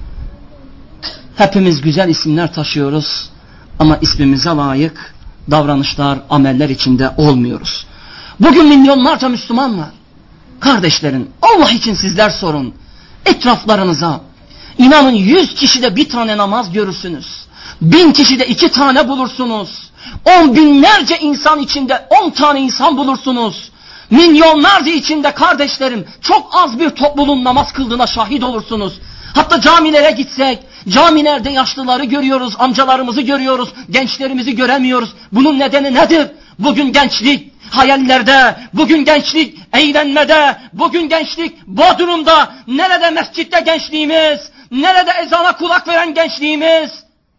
Hepimiz güzel isimler taşıyoruz ama ismimize layık davranışlar, ameller içinde olmuyoruz. Bugün milyonlarca Müslüman var. Kardeşlerim, Allah için sizler sorun. Etraflarınıza, inanın 100 kişide bir tane namaz görürsünüz. 1000 kişide 2 tane bulursunuz. 10 binlerce insan içinde 10 tane insan bulursunuz. Milyonlarca içinde kardeşlerim çok az bir topluluğun namaz kıldığına şahit olursunuz. Hatta camilere gitsek, camilerde yaşlıları görüyoruz, amcalarımızı görüyoruz, gençlerimizi göremiyoruz. Bunun nedeni nedir? Bugün gençlik hayallerde, bugün gençlik eğlenmede, bugün gençlik Bodrum'da, nerede mescitte gençliğimiz, nerede ezana kulak veren gençliğimiz,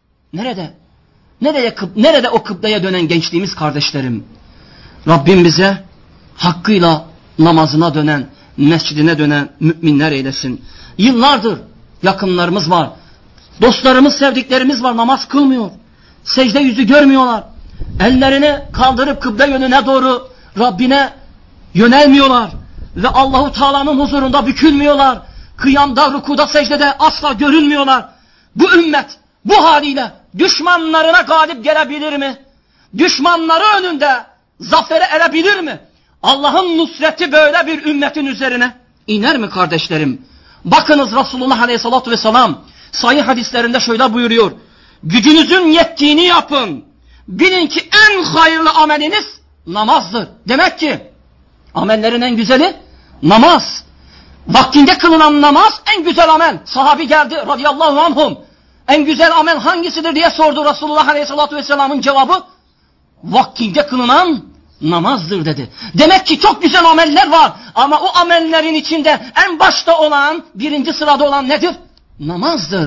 nerede o kıbleye dönen gençliğimiz kardeşlerim? Rabbim bize hakkıyla namazına dönen, mescidine dönen müminler eylesin. Yıllardır yakınlarımız var, dostlarımız, sevdiklerimiz var, namaz kılmıyor, secde yüzü görmüyorlar. Ellerini kaldırıp kıble yönüne doğru Rabbine yönelmiyorlar ve Allahu Teala'nın huzurunda bükülmüyorlar. Kıyamda, rükuda, secdede asla görünmüyorlar. Bu ümmet bu haliyle düşmanlarına galip gelebilir mi? Düşmanları önünde zafere erebilir mi? Allah'ın nusreti böyle bir ümmetin üzerine iner mi kardeşlerim? Bakınız Resulullah Aleyhisselatü Vesselam sahih hadislerinde şöyle buyuruyor. Gücünüzün yettiğini yapın. Bilin ki en hayırlı ameliniz namazdır. Demek ki amellerin en güzeli namaz. Vaktinde kılınan namaz en güzel amel. Sahabi geldi radıyallahu anhum. En güzel amel hangisidir diye sordu. Resulullah Aleyhisselatü Vesselam'ın cevabı vaktinde kılınan namazdır dedi. Demek ki çok güzel ameller var ama o amellerin içinde en başta olan, birinci sırada olan nedir? Namazdır.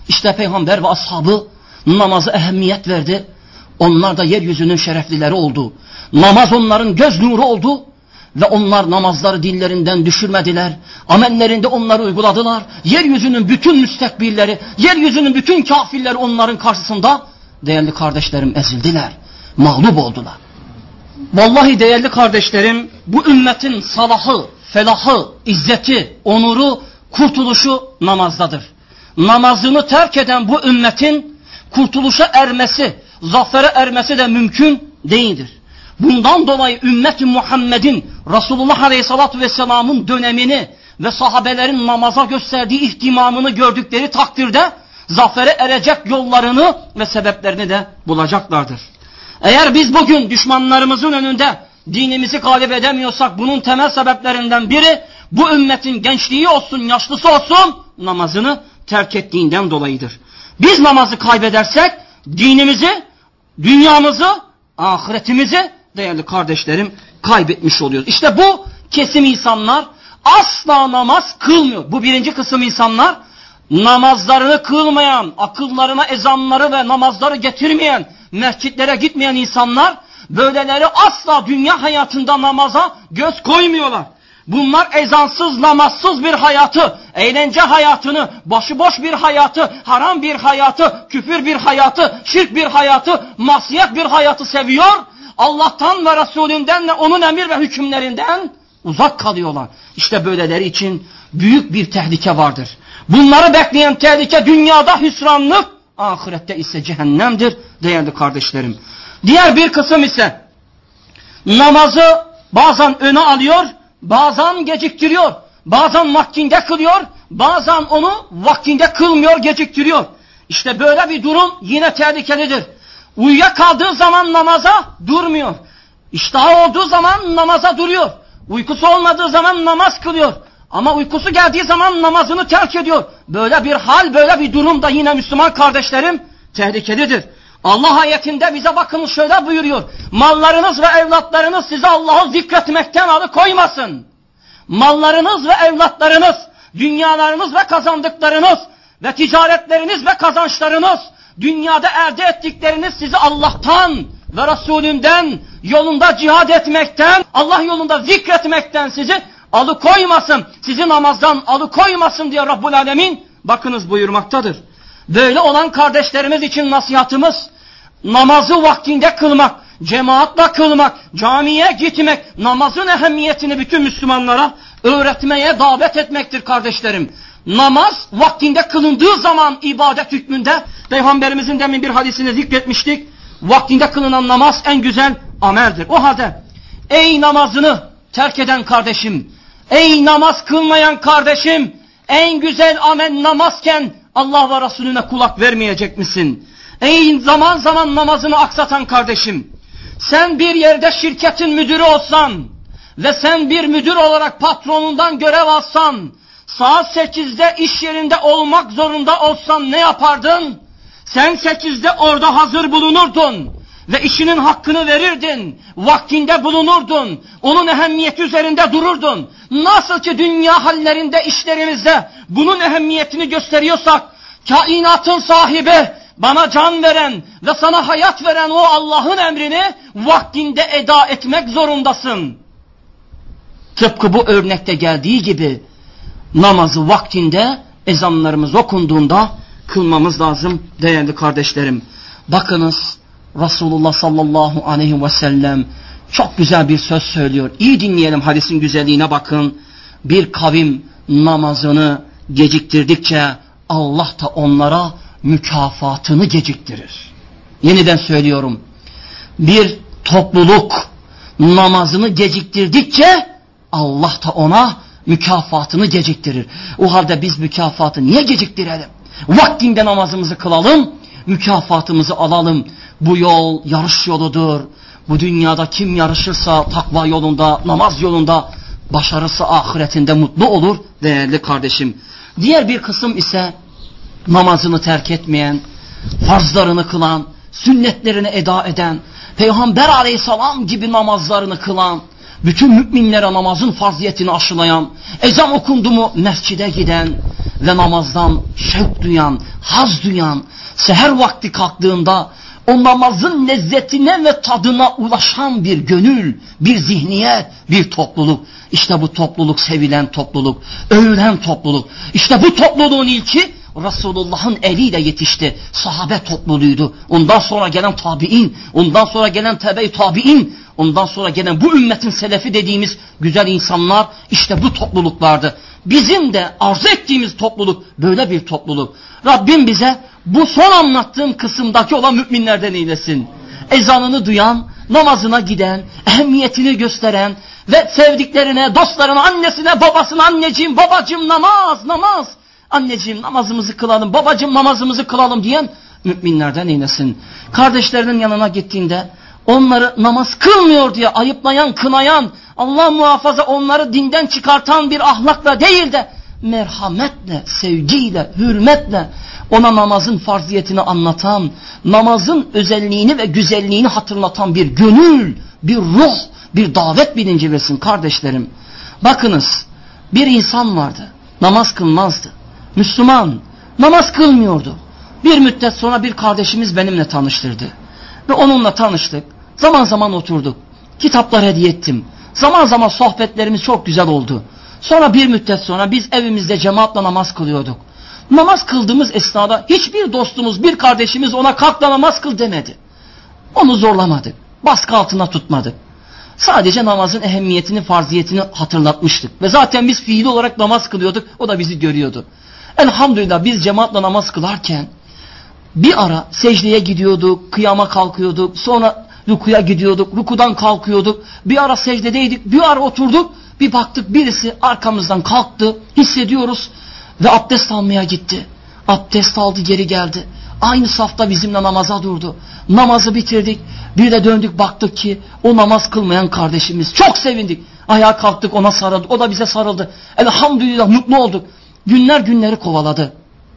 İşte Peygamber ve ashabı namaza ehemmiyet verdi. Onlar da yeryüzünün şereflileri oldu. Namaz onların göz nuru oldu. Ve onlar namazları dillerinden düşürmediler. Amellerinde onları uyguladılar. Yeryüzünün bütün müstekbirleri, yeryüzünün bütün kafirleri onların karşısında değerli kardeşlerim ezildiler. Mağlup oldular. Vallahi değerli kardeşlerim, bu ümmetin salahı, felahı, izzeti, onuru, kurtuluşu namazdadır. Namazını terk eden bu ümmetin kurtuluşa ermesi, zafere ermesi de mümkün değildir. Bundan dolayı ümmet-i Muhammed'in Resulullah Aleyhisselatü Vesselam'ın dönemini ve sahabelerin namaza gösterdiği ihtimamını gördükleri takdirde zafere erecek yollarını ve sebeplerini de bulacaklardır. Eğer biz bugün düşmanlarımızın önünde dinimizi galip edemiyorsak bunun temel sebeplerinden biri bu ümmetin gençliği olsun, yaşlısı olsun namazını terk ettiğinden dolayıdır. Biz namazı kaybedersek dinimizi, dünyamızı, ahiretimizi değerli kardeşlerim kaybetmiş oluyoruz. İşte bu kesim insanlar asla namaz kılmıyor. Bu birinci kısım insanlar namazlarını kılmayan, akıllarına ezanları ve namazları getirmeyen, mescitlere gitmeyen insanlar, böyleleri asla dünya hayatında namaza göz koymuyorlar. Bunlar ezansız, namazsız bir hayatı, eğlence hayatını, başıboş bir hayatı, haram bir hayatı, küfür bir hayatı, şirk bir hayatı, masiyet bir hayatı seviyor. Allah'tan ve Resulünden ve onun emir ve hükümlerinden uzak kalıyorlar. İşte böyleleri için büyük bir tehlike vardır. Bunları bekleyen tehlike dünyada hüsranlık, ahirette ise cehennemdir değerli kardeşlerim. Diğer bir kısım ise namazı bazen öne alıyor, bazen geciktiriyor, bazen vaktinde kılıyor, bazen onu vaktinde kılmıyor, geciktiriyor. İşte böyle bir durum yine tehlikelidir. Uyuyakaldığı zaman namaza durmuyor. İştahı olduğu zaman namaza duruyor. Uykusu olmadığı zaman namaz kılıyor. Ama uykusu geldiği zaman namazını terk ediyor. Böyle bir hal, böyle bir durum da yine Müslüman kardeşlerim tehlikelidir. Allah ayetinde bize bakın şöyle buyuruyor. Mallarınız ve evlatlarınız sizi Allah'ı zikretmekten alıkoymasın. Mallarınız ve evlatlarınız, dünyalarınız ve kazandıklarınız ve ticaretleriniz ve kazançlarınız, dünyada elde ettikleriniz sizi Allah'tan ve Resulünden yolunda cihad etmekten, Allah yolunda zikretmekten sizi alıkoymasın, sizi namazdan alıkoymasın diye Rabbul Alemin bakınız buyurmaktadır. Böyle olan kardeşlerimiz için nasihatımız, namazı vaktinde kılmak, cemaatle kılmak, camiye gitmek, namazın ehemmiyetini bütün Müslümanlara öğretmeye davet etmektir kardeşlerim. Namaz vaktinde kılındığı zaman ibadet hükmünde, Peygamberimizin demin bir hadisini zikretmiştik, vaktinde kılınan namaz en güzel ameldir. O halde ey namazını terk eden kardeşim, ey namaz kılmayan kardeşim, en güzel amel namazken Allah ve Resulüne kulak vermeyecek misin? Ey zaman zaman namazını aksatan kardeşim, sen bir yerde şirketin müdürü olsan ve sen bir müdür olarak patronundan görev alsan, saat 8'de iş yerinde olmak zorunda olsan ne yapardın? Sen 8'de orada hazır bulunurdun ve işinin hakkını verirdin, vaktinde bulunurdun, onun ehemmiyeti üzerinde dururdun. Nasıl ki dünya hallerinde, işlerimizde bunun ehemmiyetini gösteriyorsak, kainatın sahibi, bana can veren ve sana hayat veren o Allah'ın emrini vaktinde eda etmek zorundasın. Tıpkı bu örnekte geldiği gibi namazı vaktinde, ezanlarımız okunduğunda kılmamız lazım değerli kardeşlerim. Bakınız Resulullah sallallahu aleyhi ve sellem çok güzel bir söz söylüyor. İyi dinleyelim, hadisin güzelliğine bakın. Bir kavim namazını geciktirdikçe Allah da onlara mükafatını geciktirir. Yeniden söylüyorum. Bir topluluk namazını geciktirdikçe Allah da ona mükafatını geciktirir. O halde biz mükafatı niye geciktirelim? Vaktinde namazımızı kılalım, mükafatımızı alalım. Bu yol yarış yoludur. Bu dünyada kim yarışırsa takva yolunda, namaz yolunda, başarırsa ahiretinde mutlu olur değerli kardeşim. Diğer bir kısım ise namazını terk etmeyen, farzlarını kılan, sünnetlerini eda eden, Peygamber aleyhisselam gibi namazlarını kılan, bütün müminlere namazın farziyetini aşılayan, ezan okundu mu mescide giden ve namazdan şevk duyan, haz duyan, seher vakti kalktığında o namazın lezzetine ve tadına ulaşan bir gönül, bir zihniyet, bir topluluk. İşte bu topluluk sevilen topluluk, övülen topluluk. İşte bu topluluğun ilki Resulullah'ın eliyle yetişti. Sahabe topluluğuydu. Ondan sonra gelen tabi'in, ondan sonra gelen tebe-i tabi'in, ondan sonra gelen bu ümmetin selefi dediğimiz güzel insanlar işte bu topluluklardı. Bizim de arzu ettiğimiz topluluk böyle bir topluluk. Rabbim bize bu son anlattığım kısımdaki olan müminlerden eylesin. Ezanını duyan, namazına giden, ehemmiyetini gösteren ve sevdiklerine, dostlarına, annesine, babasına, anneciğim, babacığım namaz, namaz. Anneciğim namazımızı kılalım, babacığım namazımızı kılalım diyen müminlerden eylesin. Kardeşlerinin yanına gittiğinde onları namaz kılmıyor diye ayıplayan, kınayan, Allah muhafaza onları dinden çıkartan bir ahlakla değil de merhametle, sevgiyle, hürmetle ona namazın farziyetini anlatan, namazın özelliğini ve güzelliğini hatırlatan bir gönül, bir ruh, bir davet bilinci versin kardeşlerim. Bakınız, bir insan vardı, namaz kılmazdı. Müslüman, namaz kılmıyordu. Bir müddet sonra bir kardeşimiz benimle tanıştırdı. Ve onunla tanıştık. Zaman zaman oturduk. Kitaplar hediye ettim. Zaman zaman sohbetlerimiz çok güzel oldu. Sonra bir müddet sonra biz evimizde cemaatle namaz kılıyorduk. Namaz kıldığımız esnada hiçbir dostumuz, bir kardeşimiz ona kalk da namaz kıl demedi. Onu zorlamadık. Baskı altına tutmadık. Sadece namazın ehemmiyetini, farziyetini hatırlatmıştık. Ve zaten biz fiili olarak namaz kılıyorduk. O da bizi görüyordu. Elhamdülillah biz cemaatle namaz kılarken bir ara secdeye gidiyorduk, kıyama kalkıyorduk, sonra rukuya gidiyorduk, rukudan kalkıyorduk, bir ara secdedeydik, bir ara oturduk, bir baktık birisi arkamızdan kalktı, hissediyoruz ve abdest almaya gitti. Abdest aldı, geri geldi. Aynı safta bizimle namaza durdu. Namazı bitirdik, bir de döndük baktık ki o namaz kılmayan kardeşimiz. Çok sevindik. Ayağa kalktık, ona sarıldık, o da bize sarıldı. Elhamdülillah mutlu olduk. Günler günleri kovaladı.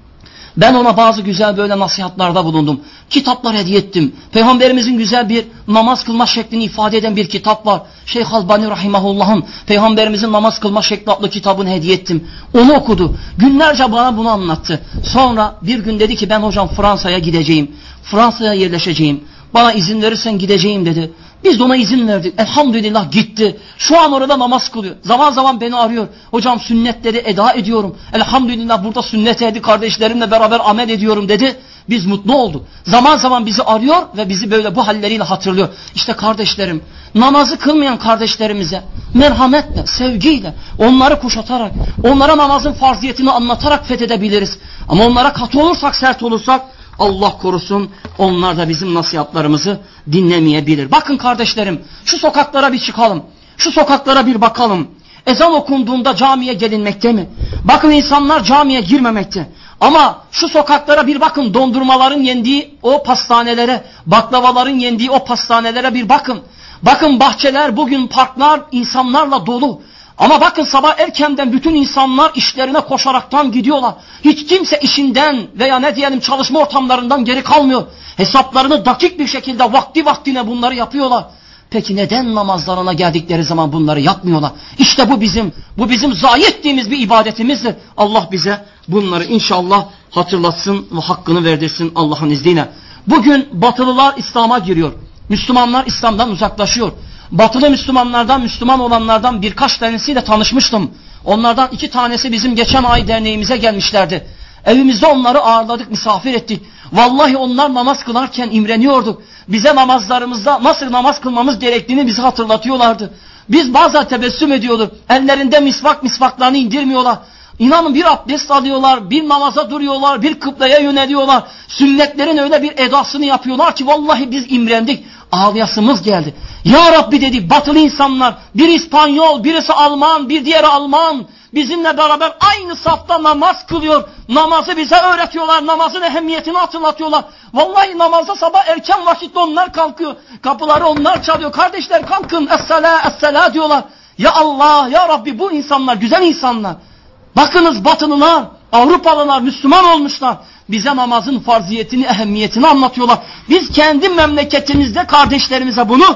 Ben ona bazı güzel böyle nasihatlarda bulundum. Kitaplar hediye ettim. Peygamberimizin güzel bir namaz kılma şeklini ifade eden bir kitap var. Şeyh Albani Rahimahullah'ın Peygamberimizin namaz kılma şekli adlı kitabını hediye ettim. Onu okudu. Günlerce bana bunu anlattı. Sonra bir gün dedi ki ben hocam Fransa'ya gideceğim. Fransa'ya yerleşeceğim. Bana izin verirsen gideceğim dedi. Biz de ona izin verdik. Elhamdülillah gitti. Şu an orada namaz kılıyor. Zaman zaman beni arıyor. Hocam sünnetleri eda ediyorum. Elhamdülillah burada sünnet ehli kardeşlerimle beraber amel ediyorum dedi. Biz mutlu olduk. Zaman zaman bizi arıyor ve bizi böyle bu halleriyle hatırlıyor. İşte kardeşlerim, namazı kılmayan kardeşlerimize merhametle, sevgiyle, onları kuşatarak, onlara namazın farziyetini anlatarak fethedebiliriz. Ama onlara katı olursak, sert olursak, Allah korusun onlar da bizim nasihatlarımızı dinlemeyebilir. Bakın kardeşlerim, şu sokaklara bir çıkalım. Şu sokaklara bir bakalım. Ezan okunduğunda camiye gelinmekte mi? Bakın insanlar camiye girmemekte. Ama şu sokaklara bir bakın, dondurmaların yendiği o pastanelere, baklavaların yendiği o pastanelere bir bakın. Bakın bahçeler, bugün parklar insanlarla dolu. Ama bakın sabah erkenden bütün insanlar işlerine koşaraktan gidiyorlar. Hiç kimse işinden veya ne diyelim çalışma ortamlarından geri kalmıyor. Hesaplarını dakik bir şekilde vakti vaktine bunları yapıyorlar. Peki neden namazlarına geldikleri zaman bunları yapmıyorlar? İşte bu bizim zayi ettiğimiz bir ibadetimizdir. Allah bize bunları inşallah hatırlatsın ve hakkını verdirsin Allah'ın izniyle. Bugün batılılar İslam'a giriyor. Müslümanlar İslam'dan uzaklaşıyor. Batılı Müslümanlardan, Müslüman olanlardan birkaç tanesiyle tanışmıştım. Onlardan 2 tanesi bizim geçen ay derneğimize gelmişlerdi. Evimizde onları ağırladık, misafir ettik. Vallahi onlar namaz kılarken imreniyorduk. Bize namazlarımızda nasıl namaz kılmamız gerektiğini bize hatırlatıyorlardı. Biz bazen tebessüm ediyorduk. Ellerinde misvaklarını indirmiyorlar. İnanın bir abdest alıyorlar, bir namaza duruyorlar, bir kıbleye yöneliyorlar. Sünnetlerin öyle bir edasını yapıyorlar ki vallahi biz imrendik. Ağlayasımız geldi. Ya Rabbi dedik, batılı insanlar, bir İspanyol, birisi Alman, bir diğeri Alman, bizimle beraber aynı safta namaz kılıyor. Namazı bize öğretiyorlar, namazın ehemmiyetini hatırlatıyorlar. Vallahi namaza sabah erken vakitte onlar kalkıyor. Kapıları onlar çalıyor. Kardeşler kalkın, es-sela diyorlar. Ya Allah, ya Rabbi, bu insanlar güzel insanlar. Bakınız batılılar, Avrupalılar, Müslüman olmuşlar. Bize namazın farziyetini, ehemmiyetini anlatıyorlar. Biz kendi memleketimizde kardeşlerimize bunu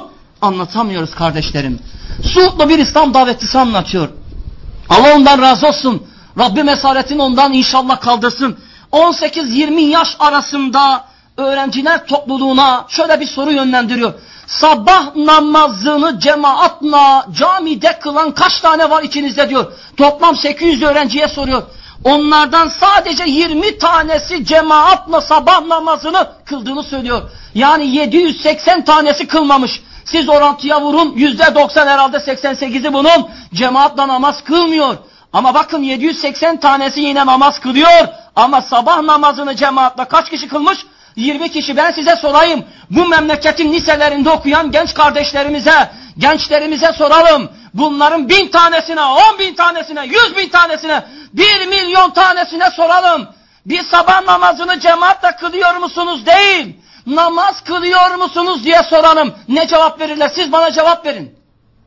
anlatamıyoruz kardeşlerim. Suudlu bir İslam davetçisi anlatıyor. Allah ondan razı olsun. Rabbim esaretini ondan inşallah kaldırsın. 18-20 yaş arasında öğrenciler topluluğuna şöyle bir soru yönlendiriyor. Sabah namazını cemaatla camide kılan kaç tane var içinizde diyor. Toplam 800 öğrenciye soruyor. Onlardan sadece 20 tanesi cemaatla sabah namazını kıldığını söylüyor. Yani 780 tanesi kılmamış. Siz orantıya vurun, %90 herhalde 88'i bunun cemaatla namaz kılmıyor. Ama bakın 780 tanesi yine namaz kılıyor. Ama sabah namazını cemaatla kaç kişi kılmış? 20 kişi. Ben size sorayım. Bu memleketin liselerinde okuyan genç kardeşlerimize, gençlerimize soralım. Bunların 1000 tanesine, 10.000 tanesine, 100.000 tanesine, 1 milyon tanesine soralım. Bir sabah namazını cemaatle kılıyor musunuz? Değil. Namaz kılıyor musunuz diye soralım. Ne cevap verirler? Siz bana cevap verin.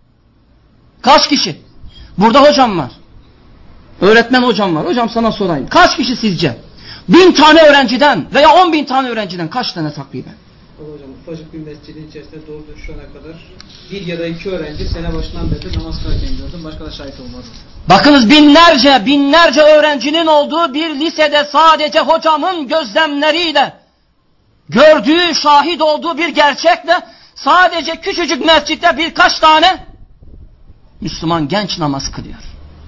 Kaç kişi? Burada hocam var. Öğretmen hocam var. Hocam sana sorayım. Kaç kişi sizce? 1000 tane öğrenciden veya 10.000 tane öğrenciden kaç tane takriben? Hocam ufacık bir mescidin içerisinde doğru şu ana kadar 1 ya da 2 öğrenci sene başından beri namaz kılarken gördüm. Başka da şahit olmadım. Bakınız binlerce öğrencinin olduğu bir lisede sadece hocamın gözlemleriyle, gördüğü, şahit olduğu bir gerçekle sadece küçücük mescitte birkaç tane Müslüman genç namaz kılıyor.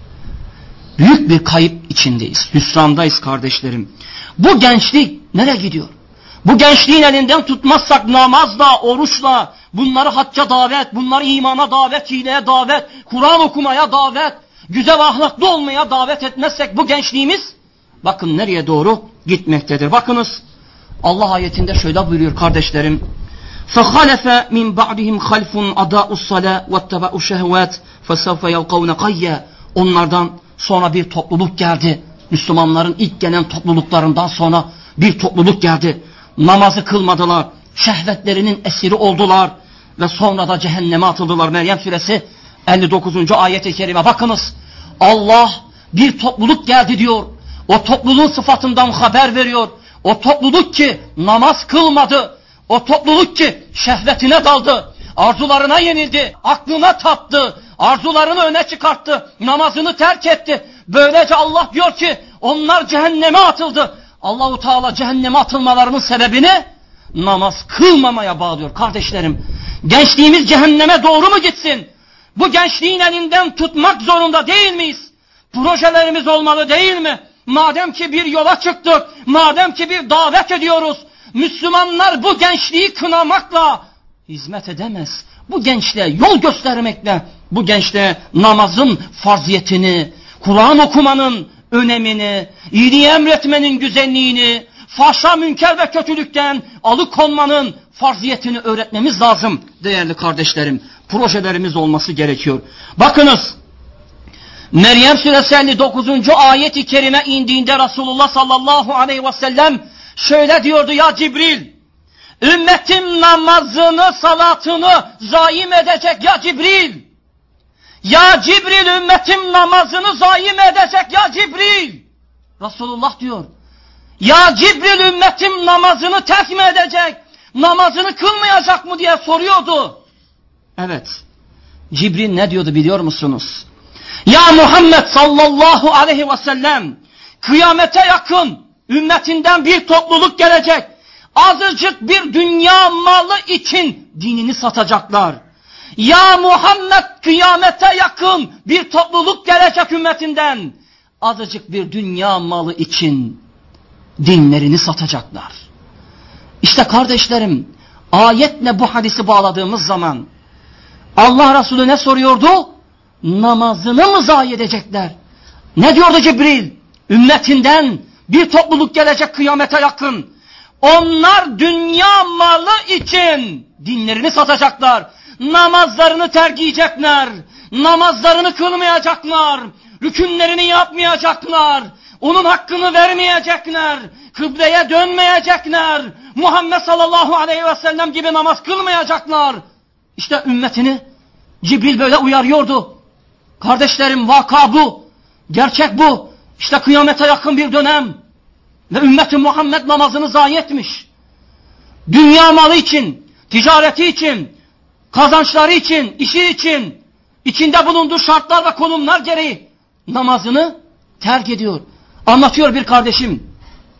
Büyük bir kayıp içindeyiz. Hüsrandayız kardeşlerim. Bu gençlik nereye gidiyor? Bu gençliğin elinden tutmazsak namazla, oruçla, bunları hacca davet, bunları imana davet, hileye davet, Kur'an okumaya davet, güzel ahlaklı olmaya davet etmezsek bu gençliğimiz bakın nereye doğru gitmektedir. Bakınız Allah ayetinde şöyle buyuruyor kardeşlerim. فَخَلَفَ مِنْ بَعْدِهِمْ خَلْفٌ أَدَاءُ الصَّلَاةِ وَاتَّبَعُوا الشَّهَوَاتِ فَسَوْفَ يَلْقَوْنَ قَيَّا. Onlardan sonra bir topluluk geldi. Müslümanların ilk gelen topluluklarından sonra bir topluluk geldi. Namazı kılmadılar. Şehvetlerinin esiri oldular. Ve sonra da cehenneme atıldılar. Meryem suresi 59. ayet-i kerime. Bakınız Allah bir topluluk geldi diyor. O topluluğun sıfatından haber veriyor. O topluluk ki namaz kılmadı. O topluluk ki şehvetine daldı. Arzularına yenildi. Aklına taptı. Arzularını öne çıkarttı. Namazını terk etti. Böylece Allah diyor ki onlar cehenneme atıldı. Allahu Teala cehenneme atılmalarının sebebini namaz kılmamaya bağlıyor kardeşlerim. Gençliğimiz cehenneme doğru mu gitsin? Bu gençliğin elinden tutmak zorunda değil miyiz? Projelerimiz olmalı değil mi? Madem ki bir yola çıktık, madem ki bir davet ediyoruz, Müslümanlar bu gençliği kınamakla hizmet edemez. Bu gençliğe yol göstermekle, bu gençliğe namazın farziyetini, Kur'an okumanın önemini, iyiliği emretmenin güzelliğini, fahşa, münker ve kötülükten alıkonmanın farziyetini öğretmemiz lazım değerli kardeşlerim. Projelerimiz olması gerekiyor. Bakınız, Meryem suresi 59. ayet-i kerime indiğinde Resulullah sallallahu aleyhi ve sellem şöyle diyordu: ya Cibril, ümmetim namazını, salatını zaim edecek ya Cibril. Ya Cibril, ümmetim namazını zaim edecek ya Cibril. Resulullah diyor. Ya Cibril, ümmetim namazını terk mi edecek? Namazını kılmayacak mı diye soruyordu. Evet. Cibril ne diyordu biliyor musunuz? Ya Muhammed sallallahu aleyhi ve sellem, kıyamete yakın ümmetinden bir topluluk gelecek. Azıcık bir dünya malı için dinini satacaklar. Ya Muhammed, kıyamete yakın bir topluluk gelecek ümmetinden. Azıcık bir dünya malı için dinlerini satacaklar. İşte kardeşlerim, ayetle bu hadisi bağladığımız zaman Allah Resulü ne soruyordu? Namazını mı zayi edecekler? Ne diyordu Cibril? Ümmetinden bir topluluk gelecek kıyamete yakın. Onlar dünya malı için dinlerini satacaklar. Namazlarını terk edecekler. Namazlarını kılmayacaklar. Rükünlerini yapmayacaklar. Onun hakkını vermeyecekler. Kıbleye dönmeyecekler. Muhammed sallallahu aleyhi ve sellem gibi namaz kılmayacaklar. İşte ümmetini Cibril böyle uyarıyordu. Kardeşlerim, vaka bu. Gerçek bu. İşte kıyamete yakın bir dönem. Ve ümmeti Muhammed namazını zayi etmiş. Dünya malı için, ticareti için, kazançları için, işi için, içinde bulunduğu şartlar ve konumlar gereği namazını terk ediyor. Anlatıyor bir kardeşim.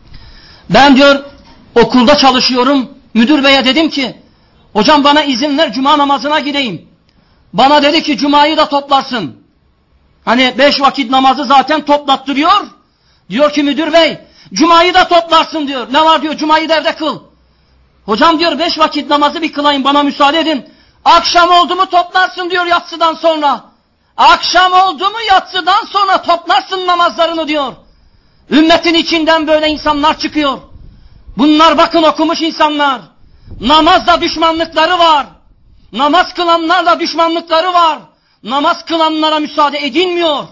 Ben diyor okulda çalışıyorum. Müdür beye dedim ki hocam bana izin ver cuma namazına gideyim. Bana dedi ki cumayı da toplarsın. Hani 5 vakit namazı zaten toplattırıyor. Diyor ki müdür bey cumayı da toplarsın diyor. Ne var diyor cumayı da evde kıl. Hocam diyor 5 vakit namazı bir kılayım bana müsaade edin. Akşam oldu mu toplarsın diyor yatsıdan sonra. Akşam oldu mu yatsıdan sonra toplarsın namazlarını diyor. Ümmetin içinden böyle insanlar çıkıyor. Bunlar bakın okumuş insanlar. Namazla düşmanlıkları var. Namaz kılanlarla düşmanlıkları var. Namaz kılanlara müsaade edilmiyor.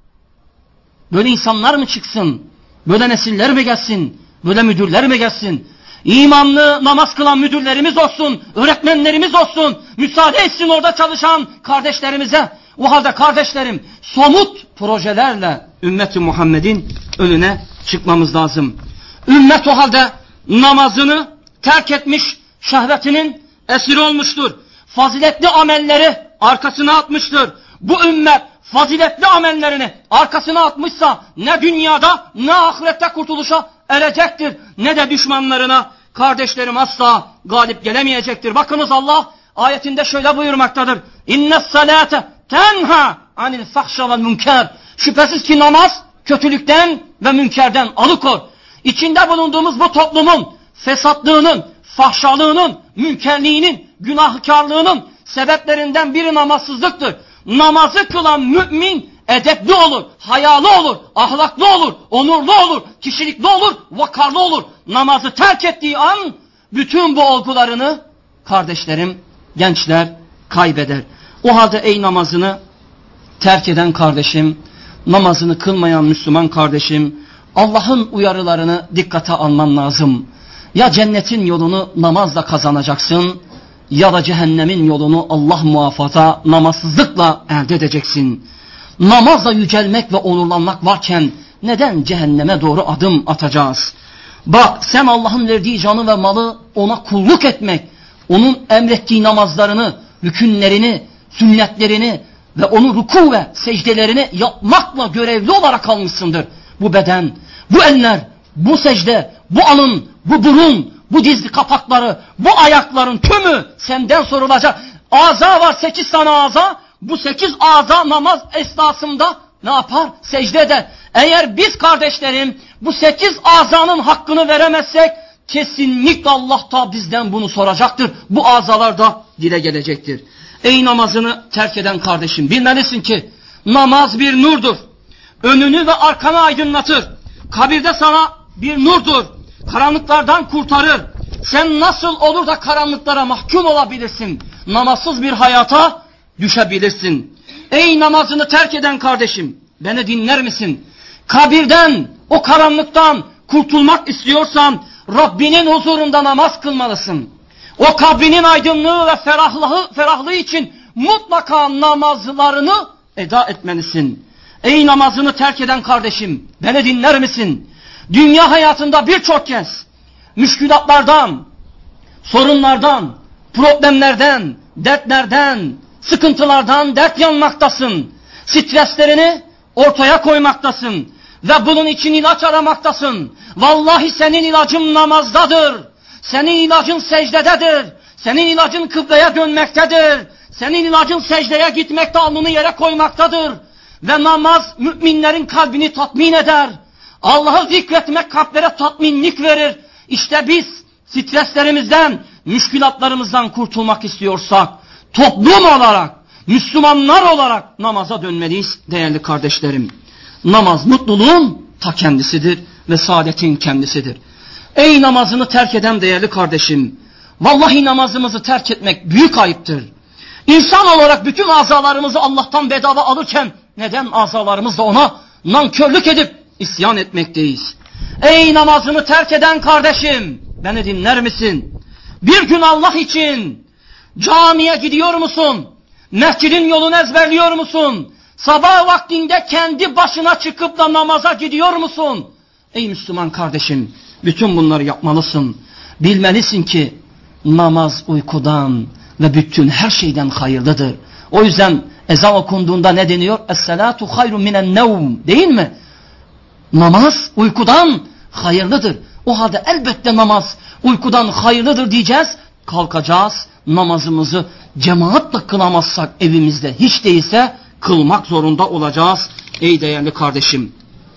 Böyle insanlar mı çıksın? Böyle nesiller mi gelsin? Böyle müdürler mi gelsin? İmanlı namaz kılan müdürlerimiz olsun, öğretmenlerimiz olsun, müsaade etsin orada çalışan kardeşlerimize. O halde kardeşlerim somut projelerle ümmeti Muhammed'in önüne çıkmamız lazım. Ümmet o halde namazını terk etmiş, şehvetinin esiri olmuştur. Faziletli amelleri arkasına atmıştır. Bu ümmet faziletli amellerini arkasına atmışsa ne dünyada ne ahirette kurtuluşa erecektir. Ne de düşmanlarına kardeşlerim asla galip gelemeyecektir. Bakınız Allah ayetinde şöyle buyurmaktadır. İnnes salate tenha anil fahşa vel münker. Şüphesiz ki namaz kötülükten ve münkerden alıkor. İçinde bulunduğumuz bu toplumun fesatlığının, fahşalığının, münkerliğinin, günahkarlığının sebeplerinden biri namazsızlıktır. Namazı kılan mümin edepli olur, hayalı olur, ahlaklı olur, onurlu olur, kişilikli olur, vakarlı olur. Namazı terk ettiği an bütün bu olgularını kardeşlerim, gençler kaybeder. O halde ey namazını terk eden kardeşim, namazını kılmayan Müslüman kardeşim, Allah'ın uyarılarını dikkate alman lazım. Ya cennetin yolunu namazla kazanacaksın ya da cehennemin yolunu Allah muhafaza namazsızlıkla elde edeceksin. Namazla yücelmek ve onurlanmak varken neden cehenneme doğru adım atacağız? Bak sen Allah'ın verdiği canı ve malı ona kulluk etmek, onun emrettiği namazlarını, rükünlerini, sünnetlerini ve onun ruku ve secdelerini yapmakla görevli olarak almışsındır. Bu beden, bu eller, bu secde, bu alın, bu burun, bu diz kapakları, bu ayakların tümü senden sorulacak. Aza var 8 tane aza. Bu 8 aza namaz esnasında ne yapar? Secde eder. Eğer biz kardeşlerim bu 8 azanın hakkını veremezsek kesinlikle Allah da bizden bunu soracaktır. Bu azalar da dile gelecektir. Ey namazını terk eden kardeşim bilmelisin ki namaz bir nurdur. Önünü ve arkanı aydınlatır. Kabirde sana bir nurdur. Karanlıklardan kurtarır. Sen nasıl olur da karanlıklara mahkum olabilirsin? Namazsız bir hayata düşebilirsin. Ey namazını terk eden kardeşim, beni dinler misin? Kabirden, o karanlıktan kurtulmak istiyorsan Rabbinin huzurunda namaz kılmalısın. O kabrinin aydınlığı ve ferahlığı için mutlaka namazlarını eda etmelisin. Ey namazını terk eden kardeşim, beni dinler misin? Dünya hayatında birçok kez müşkülatlardan, sorunlardan, problemlerden, dertlerden, sıkıntılardan dert yanmaktasın. Streslerini ortaya koymaktasın ve bunun için ilaç aramaktasın. Vallahi senin ilacın namazdadır. Senin ilacın secdededir. Senin ilacın kıbleye dönmektedir. Senin ilacın secdeye gitmekte, alnını yere koymaktadır. Ve namaz müminlerin kalbini tatmin eder. Allah'ı zikretmek kalplere tatminlik verir. İşte biz streslerimizden, müşkülatlarımızdan kurtulmak istiyorsak toplum olarak, Müslümanlar olarak namaza dönmeliyiz değerli kardeşlerim. Namaz mutluluğun ta kendisidir ve saadetin kendisidir. Ey namazını terk eden değerli kardeşim, vallahi namazımızı terk etmek büyük ayıptır. İnsan olarak bütün azalarımızı Allah'tan bedava alırken neden azalarımızla ona nankörlük edip isyan etmekteyiz? Ey namazını terk eden kardeşim, beni dinler misin? Bir gün Allah için camiye gidiyor musun? Mescidin yolunu ezberliyor musun? Sabah vaktinde kendi başına çıkıp da namaza gidiyor musun? Ey Müslüman kardeşim, bütün bunları yapmalısın. Bilmelisin ki namaz uykudan ve bütün her şeyden hayırlıdır. O yüzden ezan okunduğunda ne deniyor? Es-salatu hayrun minen nevm, değil mi? Namaz uykudan hayırlıdır. O halde elbette namaz uykudan hayırlıdır diyeceğiz. Kalkacağız, namazımızı cemaatle kılamazsak evimizde hiç değilse kılmak zorunda olacağız ey değerli kardeşim.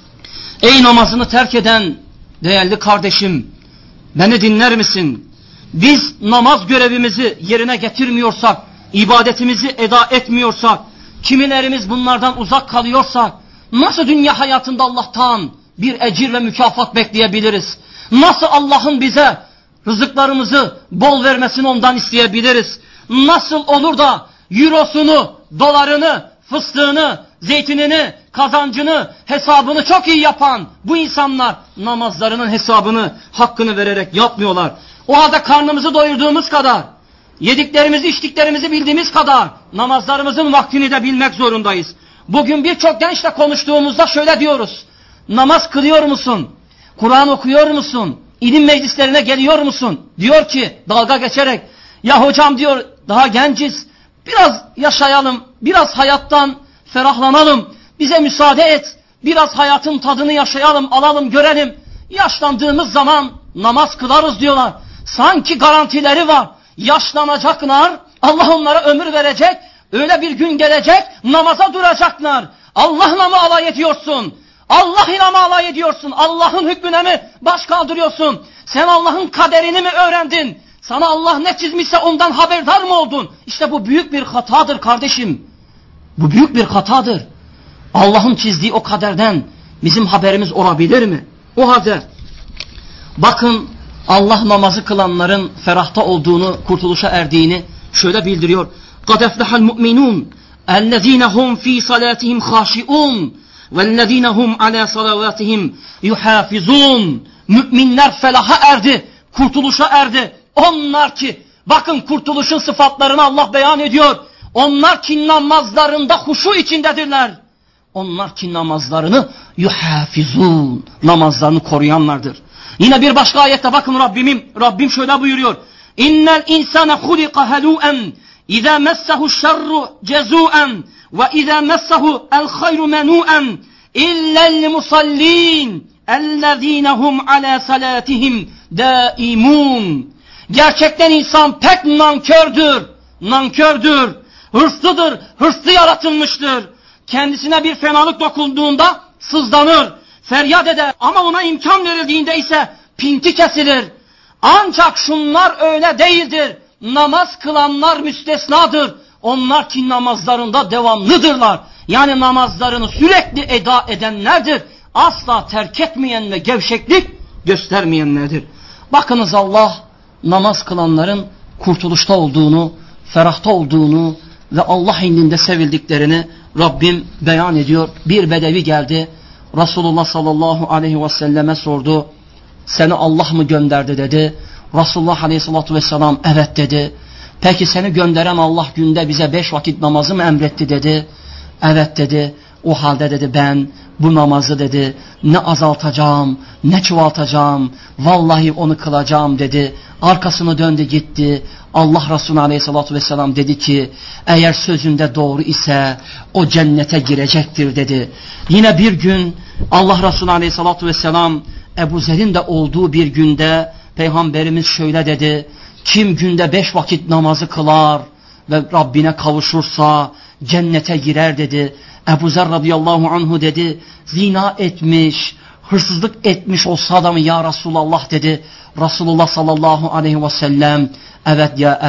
Ey namazını terk eden değerli kardeşim, beni dinler misin? Biz namaz görevimizi yerine getirmiyorsak, ibadetimizi eda etmiyorsak, kimilerimiz bunlardan uzak kalıyorsak, nasıl dünya hayatında Allah'tan bir ecir ve mükafat bekleyebiliriz? Nasıl Allah'ın bize rızıklarımızı bol vermesini ondan isteyebiliriz? Nasıl olur da eurosunu, dolarını, fıstığını, zeytinini, kazancını, hesabını çok iyi yapan bu insanlar namazlarının hesabını, hakkını vererek yapmıyorlar. O halde karnımızı doyurduğumuz kadar, yediklerimizi, içtiklerimizi bildiğimiz kadar namazlarımızın vaktini de bilmek zorundayız. Bugün birçok gençle konuştuğumuzda şöyle diyoruz: namaz kılıyor musun? Kur'an okuyor musun? İlim meclislerine geliyor musun? Diyor ki dalga geçerek, ya hocam diyor, daha genciz, biraz yaşayalım, biraz hayattan ferahlanalım, bize müsaade et, biraz hayatın tadını yaşayalım, alalım, görelim. Yaşlandığımız zaman namaz kılarız diyorlar. Sanki garantileri var. Yaşlanacaklar, Allah onlara ömür verecek, öyle bir gün gelecek, namaza duracaklar. Allah'la mı alay ediyorsun? Allah ile mi alay ediyorsun? Allah'ın hükmüne mi baş kaldırıyorsun? Sen Allah'ın kaderini mi öğrendin? Sana Allah ne çizmişse ondan haberdar mı oldun? İşte bu büyük bir hatadır kardeşim. Bu büyük bir hatadır. Allah'ın çizdiği o kaderden bizim haberimiz olabilir mi? O halde bakın, Allah namazı kılanların ferahta olduğunu, kurtuluşa erdiğini şöyle bildiriyor. قَدْ اَفْلَحَ الْمُؤْمِنُونَ اَلَّذ۪ينَ هُمْ ف۪ي صَلَاتِهِمْ خَاشِئُونَ وَالَّذ۪ينَ هُمْ عَلَى صَلَوَاتِهِمْ يُحَافِظُونَ. Müminler felaha erdi, kurtuluşa erdi. Onlar ki, bakın kurtuluşun sıfatlarını Allah beyan ediyor. Onlar ki namazlarında huşu içindedirler. Onlar ki namazlarını yuhafizun, namazlarını koruyanlardır. Yine bir başka ayette bakın Rabbim şöyle buyuruyor. İnnel insane hulika halu'en İzâ messehu şerru cezûen ve izâ messehu el hayru menûen illel musallin ellezînehum alâ salâtihim dâimûn. Gerçekten insan pek nankördür, hırslıdır, hırslı yaratılmıştır. Kendisine bir fenalık dokunduğunda sızlanır, feryat eder ama ona imkan verildiğinde ise pinti kesilir. Ancak şunlar öyle değildir. Namaz kılanlar müstesnadır. Onlar ki namazlarında devamlıdırlar. Yani namazlarını sürekli eda edenlerdir. Asla terk etmeyen ve gevşeklik göstermeyenlerdir. Bakınız, Allah namaz kılanların kurtuluşta olduğunu, ferahta olduğunu ve Allah indinde sevildiklerini Rabbim beyan ediyor. Bir bedevi geldi, Resulullah sallallahu aleyhi ve selleme sordu. Seni Allah mı gönderdi dedi. Resulullah aleyhissalatu vesselam evet dedi. Peki seni gönderen Allah günde bize 5 vakit namazı mı emretti dedi. Evet dedi. O halde dedi ben bu namazı dedi ne azaltacağım ne çoğaltacağım, vallahi onu kılacağım dedi. Arkasını döndü gitti. Allah Resulü aleyhissalatu vesselam dedi ki eğer sözünde doğru ise o cennete girecektir dedi. Yine bir gün Allah Resulü aleyhissalatu vesselam Ebu Zer'in de olduğu bir günde Peygamberimiz şöyle dedi. Kim günde 5 vakit namazı kılar ve Rabbine kavuşursa cennete girer dedi. Ebu Zer radıyallahu anhu dedi, zina etmiş, hırsızlık etmiş olsa da mı ya Resulallah dedi. Resulullah sallallahu aleyhi ve sellem evet ya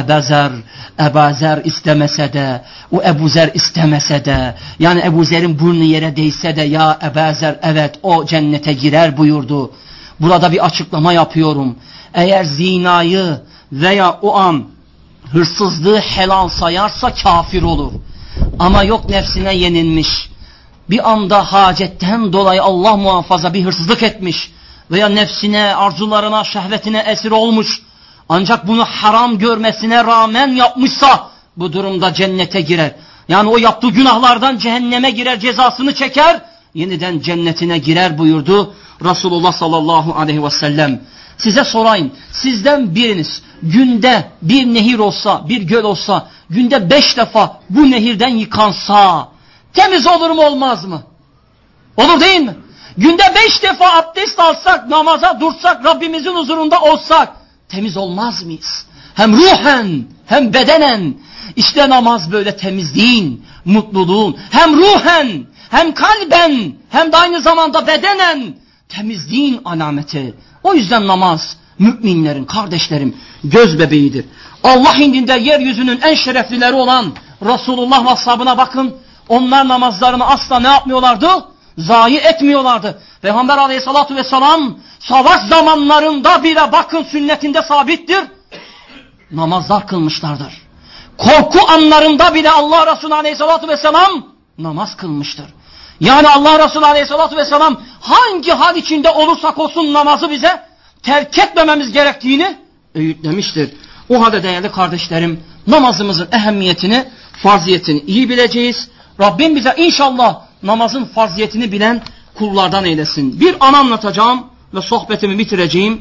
Ebu Zer istemese de, o Ebu Zer istemese de, yani Ebu Zer'in burnu yere değse de ya Ebu Zer evet o cennete girer buyurdu. Burada bir açıklama yapıyorum. Eğer zinayı veya o an hırsızlığı helal sayarsa kafir olur. Ama yok nefsine yenilmiş, bir anda hacetten dolayı Allah muhafaza bir hırsızlık etmiş veya nefsine, arzularına, şehvetine esir olmuş. Ancak bunu haram görmesine rağmen yapmışsa bu durumda cennete girer. Yani o yaptığı günahlardan cehenneme girer, cezasını çeker yeniden cennetine girer buyurdu Resulullah sallallahu aleyhi ve sellem. Size sorayım, sizden biriniz günde bir nehir olsa, bir göl olsa, günde 5 defa bu nehirden yıkansa temiz olur mu olmaz mı? Olur değil mi? Günde 5 defa abdest alsak, namaza dursak, Rabbimizin huzurunda olsak temiz olmaz mıyız? Hem ruhen hem bedenen. İşte namaz böyle temizliğin, mutluluğun, hem ruhen hem kalben hem de aynı zamanda bedenen temizliğin alameti. O yüzden namaz müminlerin, kardeşlerim, göz bebeğidir. Allah indinde yeryüzünün en şereflileri olan Resulullah ve ashabına bakın. Onlar namazlarını asla ne yapmıyorlardı? Zayi etmiyorlardı. Peygamber aleyhissalatu vesselam savaş zamanlarında bile bakın sünnetinde sabittir. Namazlar kılmışlardır. Korku anlarında bile Allah Resulü aleyhissalatu vesselam namaz kılmıştır. Yani Allah Resulü aleyhissalatu vesselam hangi hal içinde olursak olsun namazı bize terk etmememiz gerektiğini öğütlemiştir. O halde değerli kardeşlerim, namazımızın ehemmiyetini, farziyetini iyi bileceğiz. Rabbim bize inşallah namazın farziyetini bilen kullardan eylesin. Bir an anlatacağım ve sohbetimi bitireceğim.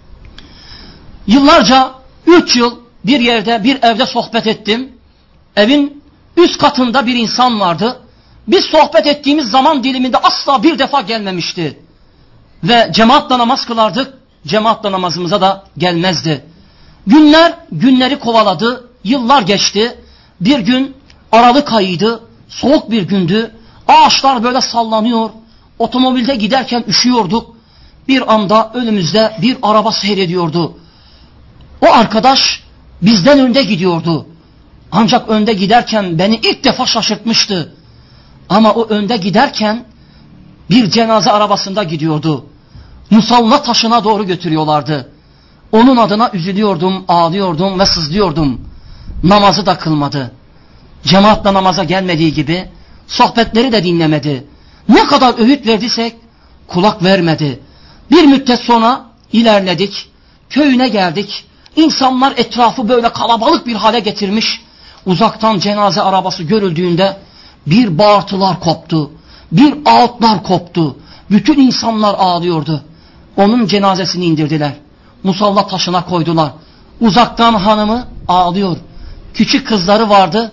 Yıllarca 3 yıl bir yerde, bir evde sohbet ettim. Evin üst katında bir insan vardı. Biz sohbet ettiğimiz zaman diliminde asla bir defa gelmemişti. Ve cemaatle namaz kılardık. Cemaatle namazımıza da gelmezdi. Günleri kovaladı. Yıllar geçti. Bir gün Aralık ayıydı. Soğuk bir gündü. Ağaçlar böyle sallanıyor. Otomobilde giderken üşüyorduk. Bir anda önümüzde bir araba seyrediyordu. O arkadaş bizden önde gidiyordu. Ancak önde giderken beni ilk defa şaşırtmıştı. Ama o önde giderken bir cenaze arabasında gidiyordu. Musalla taşına doğru götürüyorlardı. Onun adına üzülüyordum, ağlıyordum ve sızlıyordum. Namazı da kılmadı. Cemaatle namaza gelmediği gibi sohbetleri de dinlemedi. Ne kadar öğüt verdiysek kulak vermedi. Bir müddet sonra ilerledik. Köyüne geldik. İnsanlar etrafı böyle kalabalık bir hale getirmiş. Uzaktan cenaze arabası görüldüğünde bir bağırtılar koptu. Bir ağıtlar koptu. Bütün insanlar ağlıyordu. Onun cenazesini indirdiler. Musalla taşına koydular. Uzaktan hanımı ağlıyor. Küçük kızları vardı.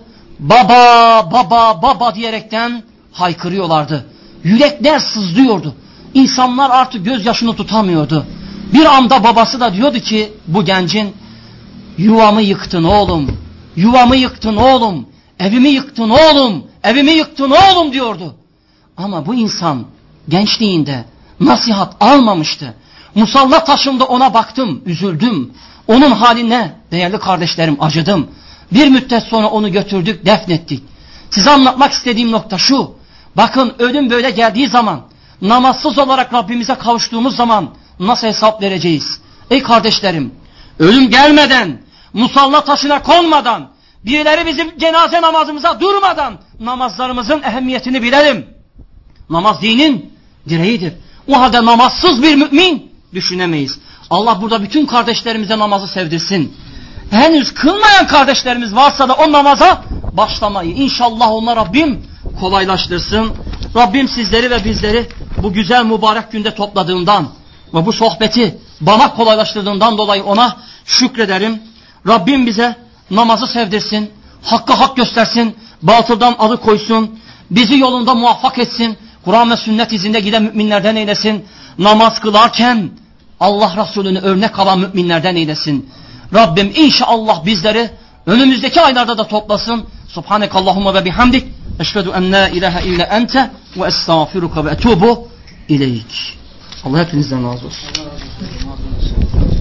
Baba, baba, baba diyerekten haykırıyorlardı. Yürekler sızlıyordu. İnsanlar artık gözyaşını tutamıyordu. Bir anda babası da diyordu ki bu gencin, yuvamı yıktın oğlum, yuvamı yıktın oğlum, evimi yıktın oğlum, evimi yıktın oğlum diyordu. Ama bu insan gençliğinde nasihat almamıştı. Musalla taşımda ona baktım, üzüldüm. Onun haline değerli kardeşlerim acıdım. Bir müddet sonra onu götürdük, defnettik. Size anlatmak istediğim nokta şu. Bakın ölüm böyle geldiği zaman, namazsız olarak Rabbimize kavuştuğumuz zaman nasıl hesap vereceğiz? Ey kardeşlerim, ölüm gelmeden, musalla taşına konmadan, birileri bizim cenaze namazımıza durmadan namazlarımızın ehemmiyetini bilelim. Namaz dinin direğidir. O halde namazsız bir mümin düşünemeyiz. Allah burada bütün kardeşlerimize namazı sevdirsin. Henüz kılmayan kardeşlerimiz varsa da o namaza başlamayı İnşallah onlar Rabbim kolaylaştırsın. Rabbim sizleri ve bizleri bu güzel mübarek günde topladığından ve bu sohbeti bana kolaylaştırdığından dolayı ona şükrederim. Rabbim bize namazı sevdirsin, hakka hak göstersin, batıldan alıkoysun, bizi yolunda muvaffak etsin, Kur'an ve sünnet izinde giden müminlerden eylesin, namaz kılarken Allah Resulü'nü örnek alan müminlerden eylesin. Rabbim inşallah bizleri önümüzdeki aylarda da toplasın. Subhanekallahumma ve bihamdik. Eşhedü en la ilahe illa ente ve estağfiruka ve etubu ileyk. Allah hepinizden razı olsun.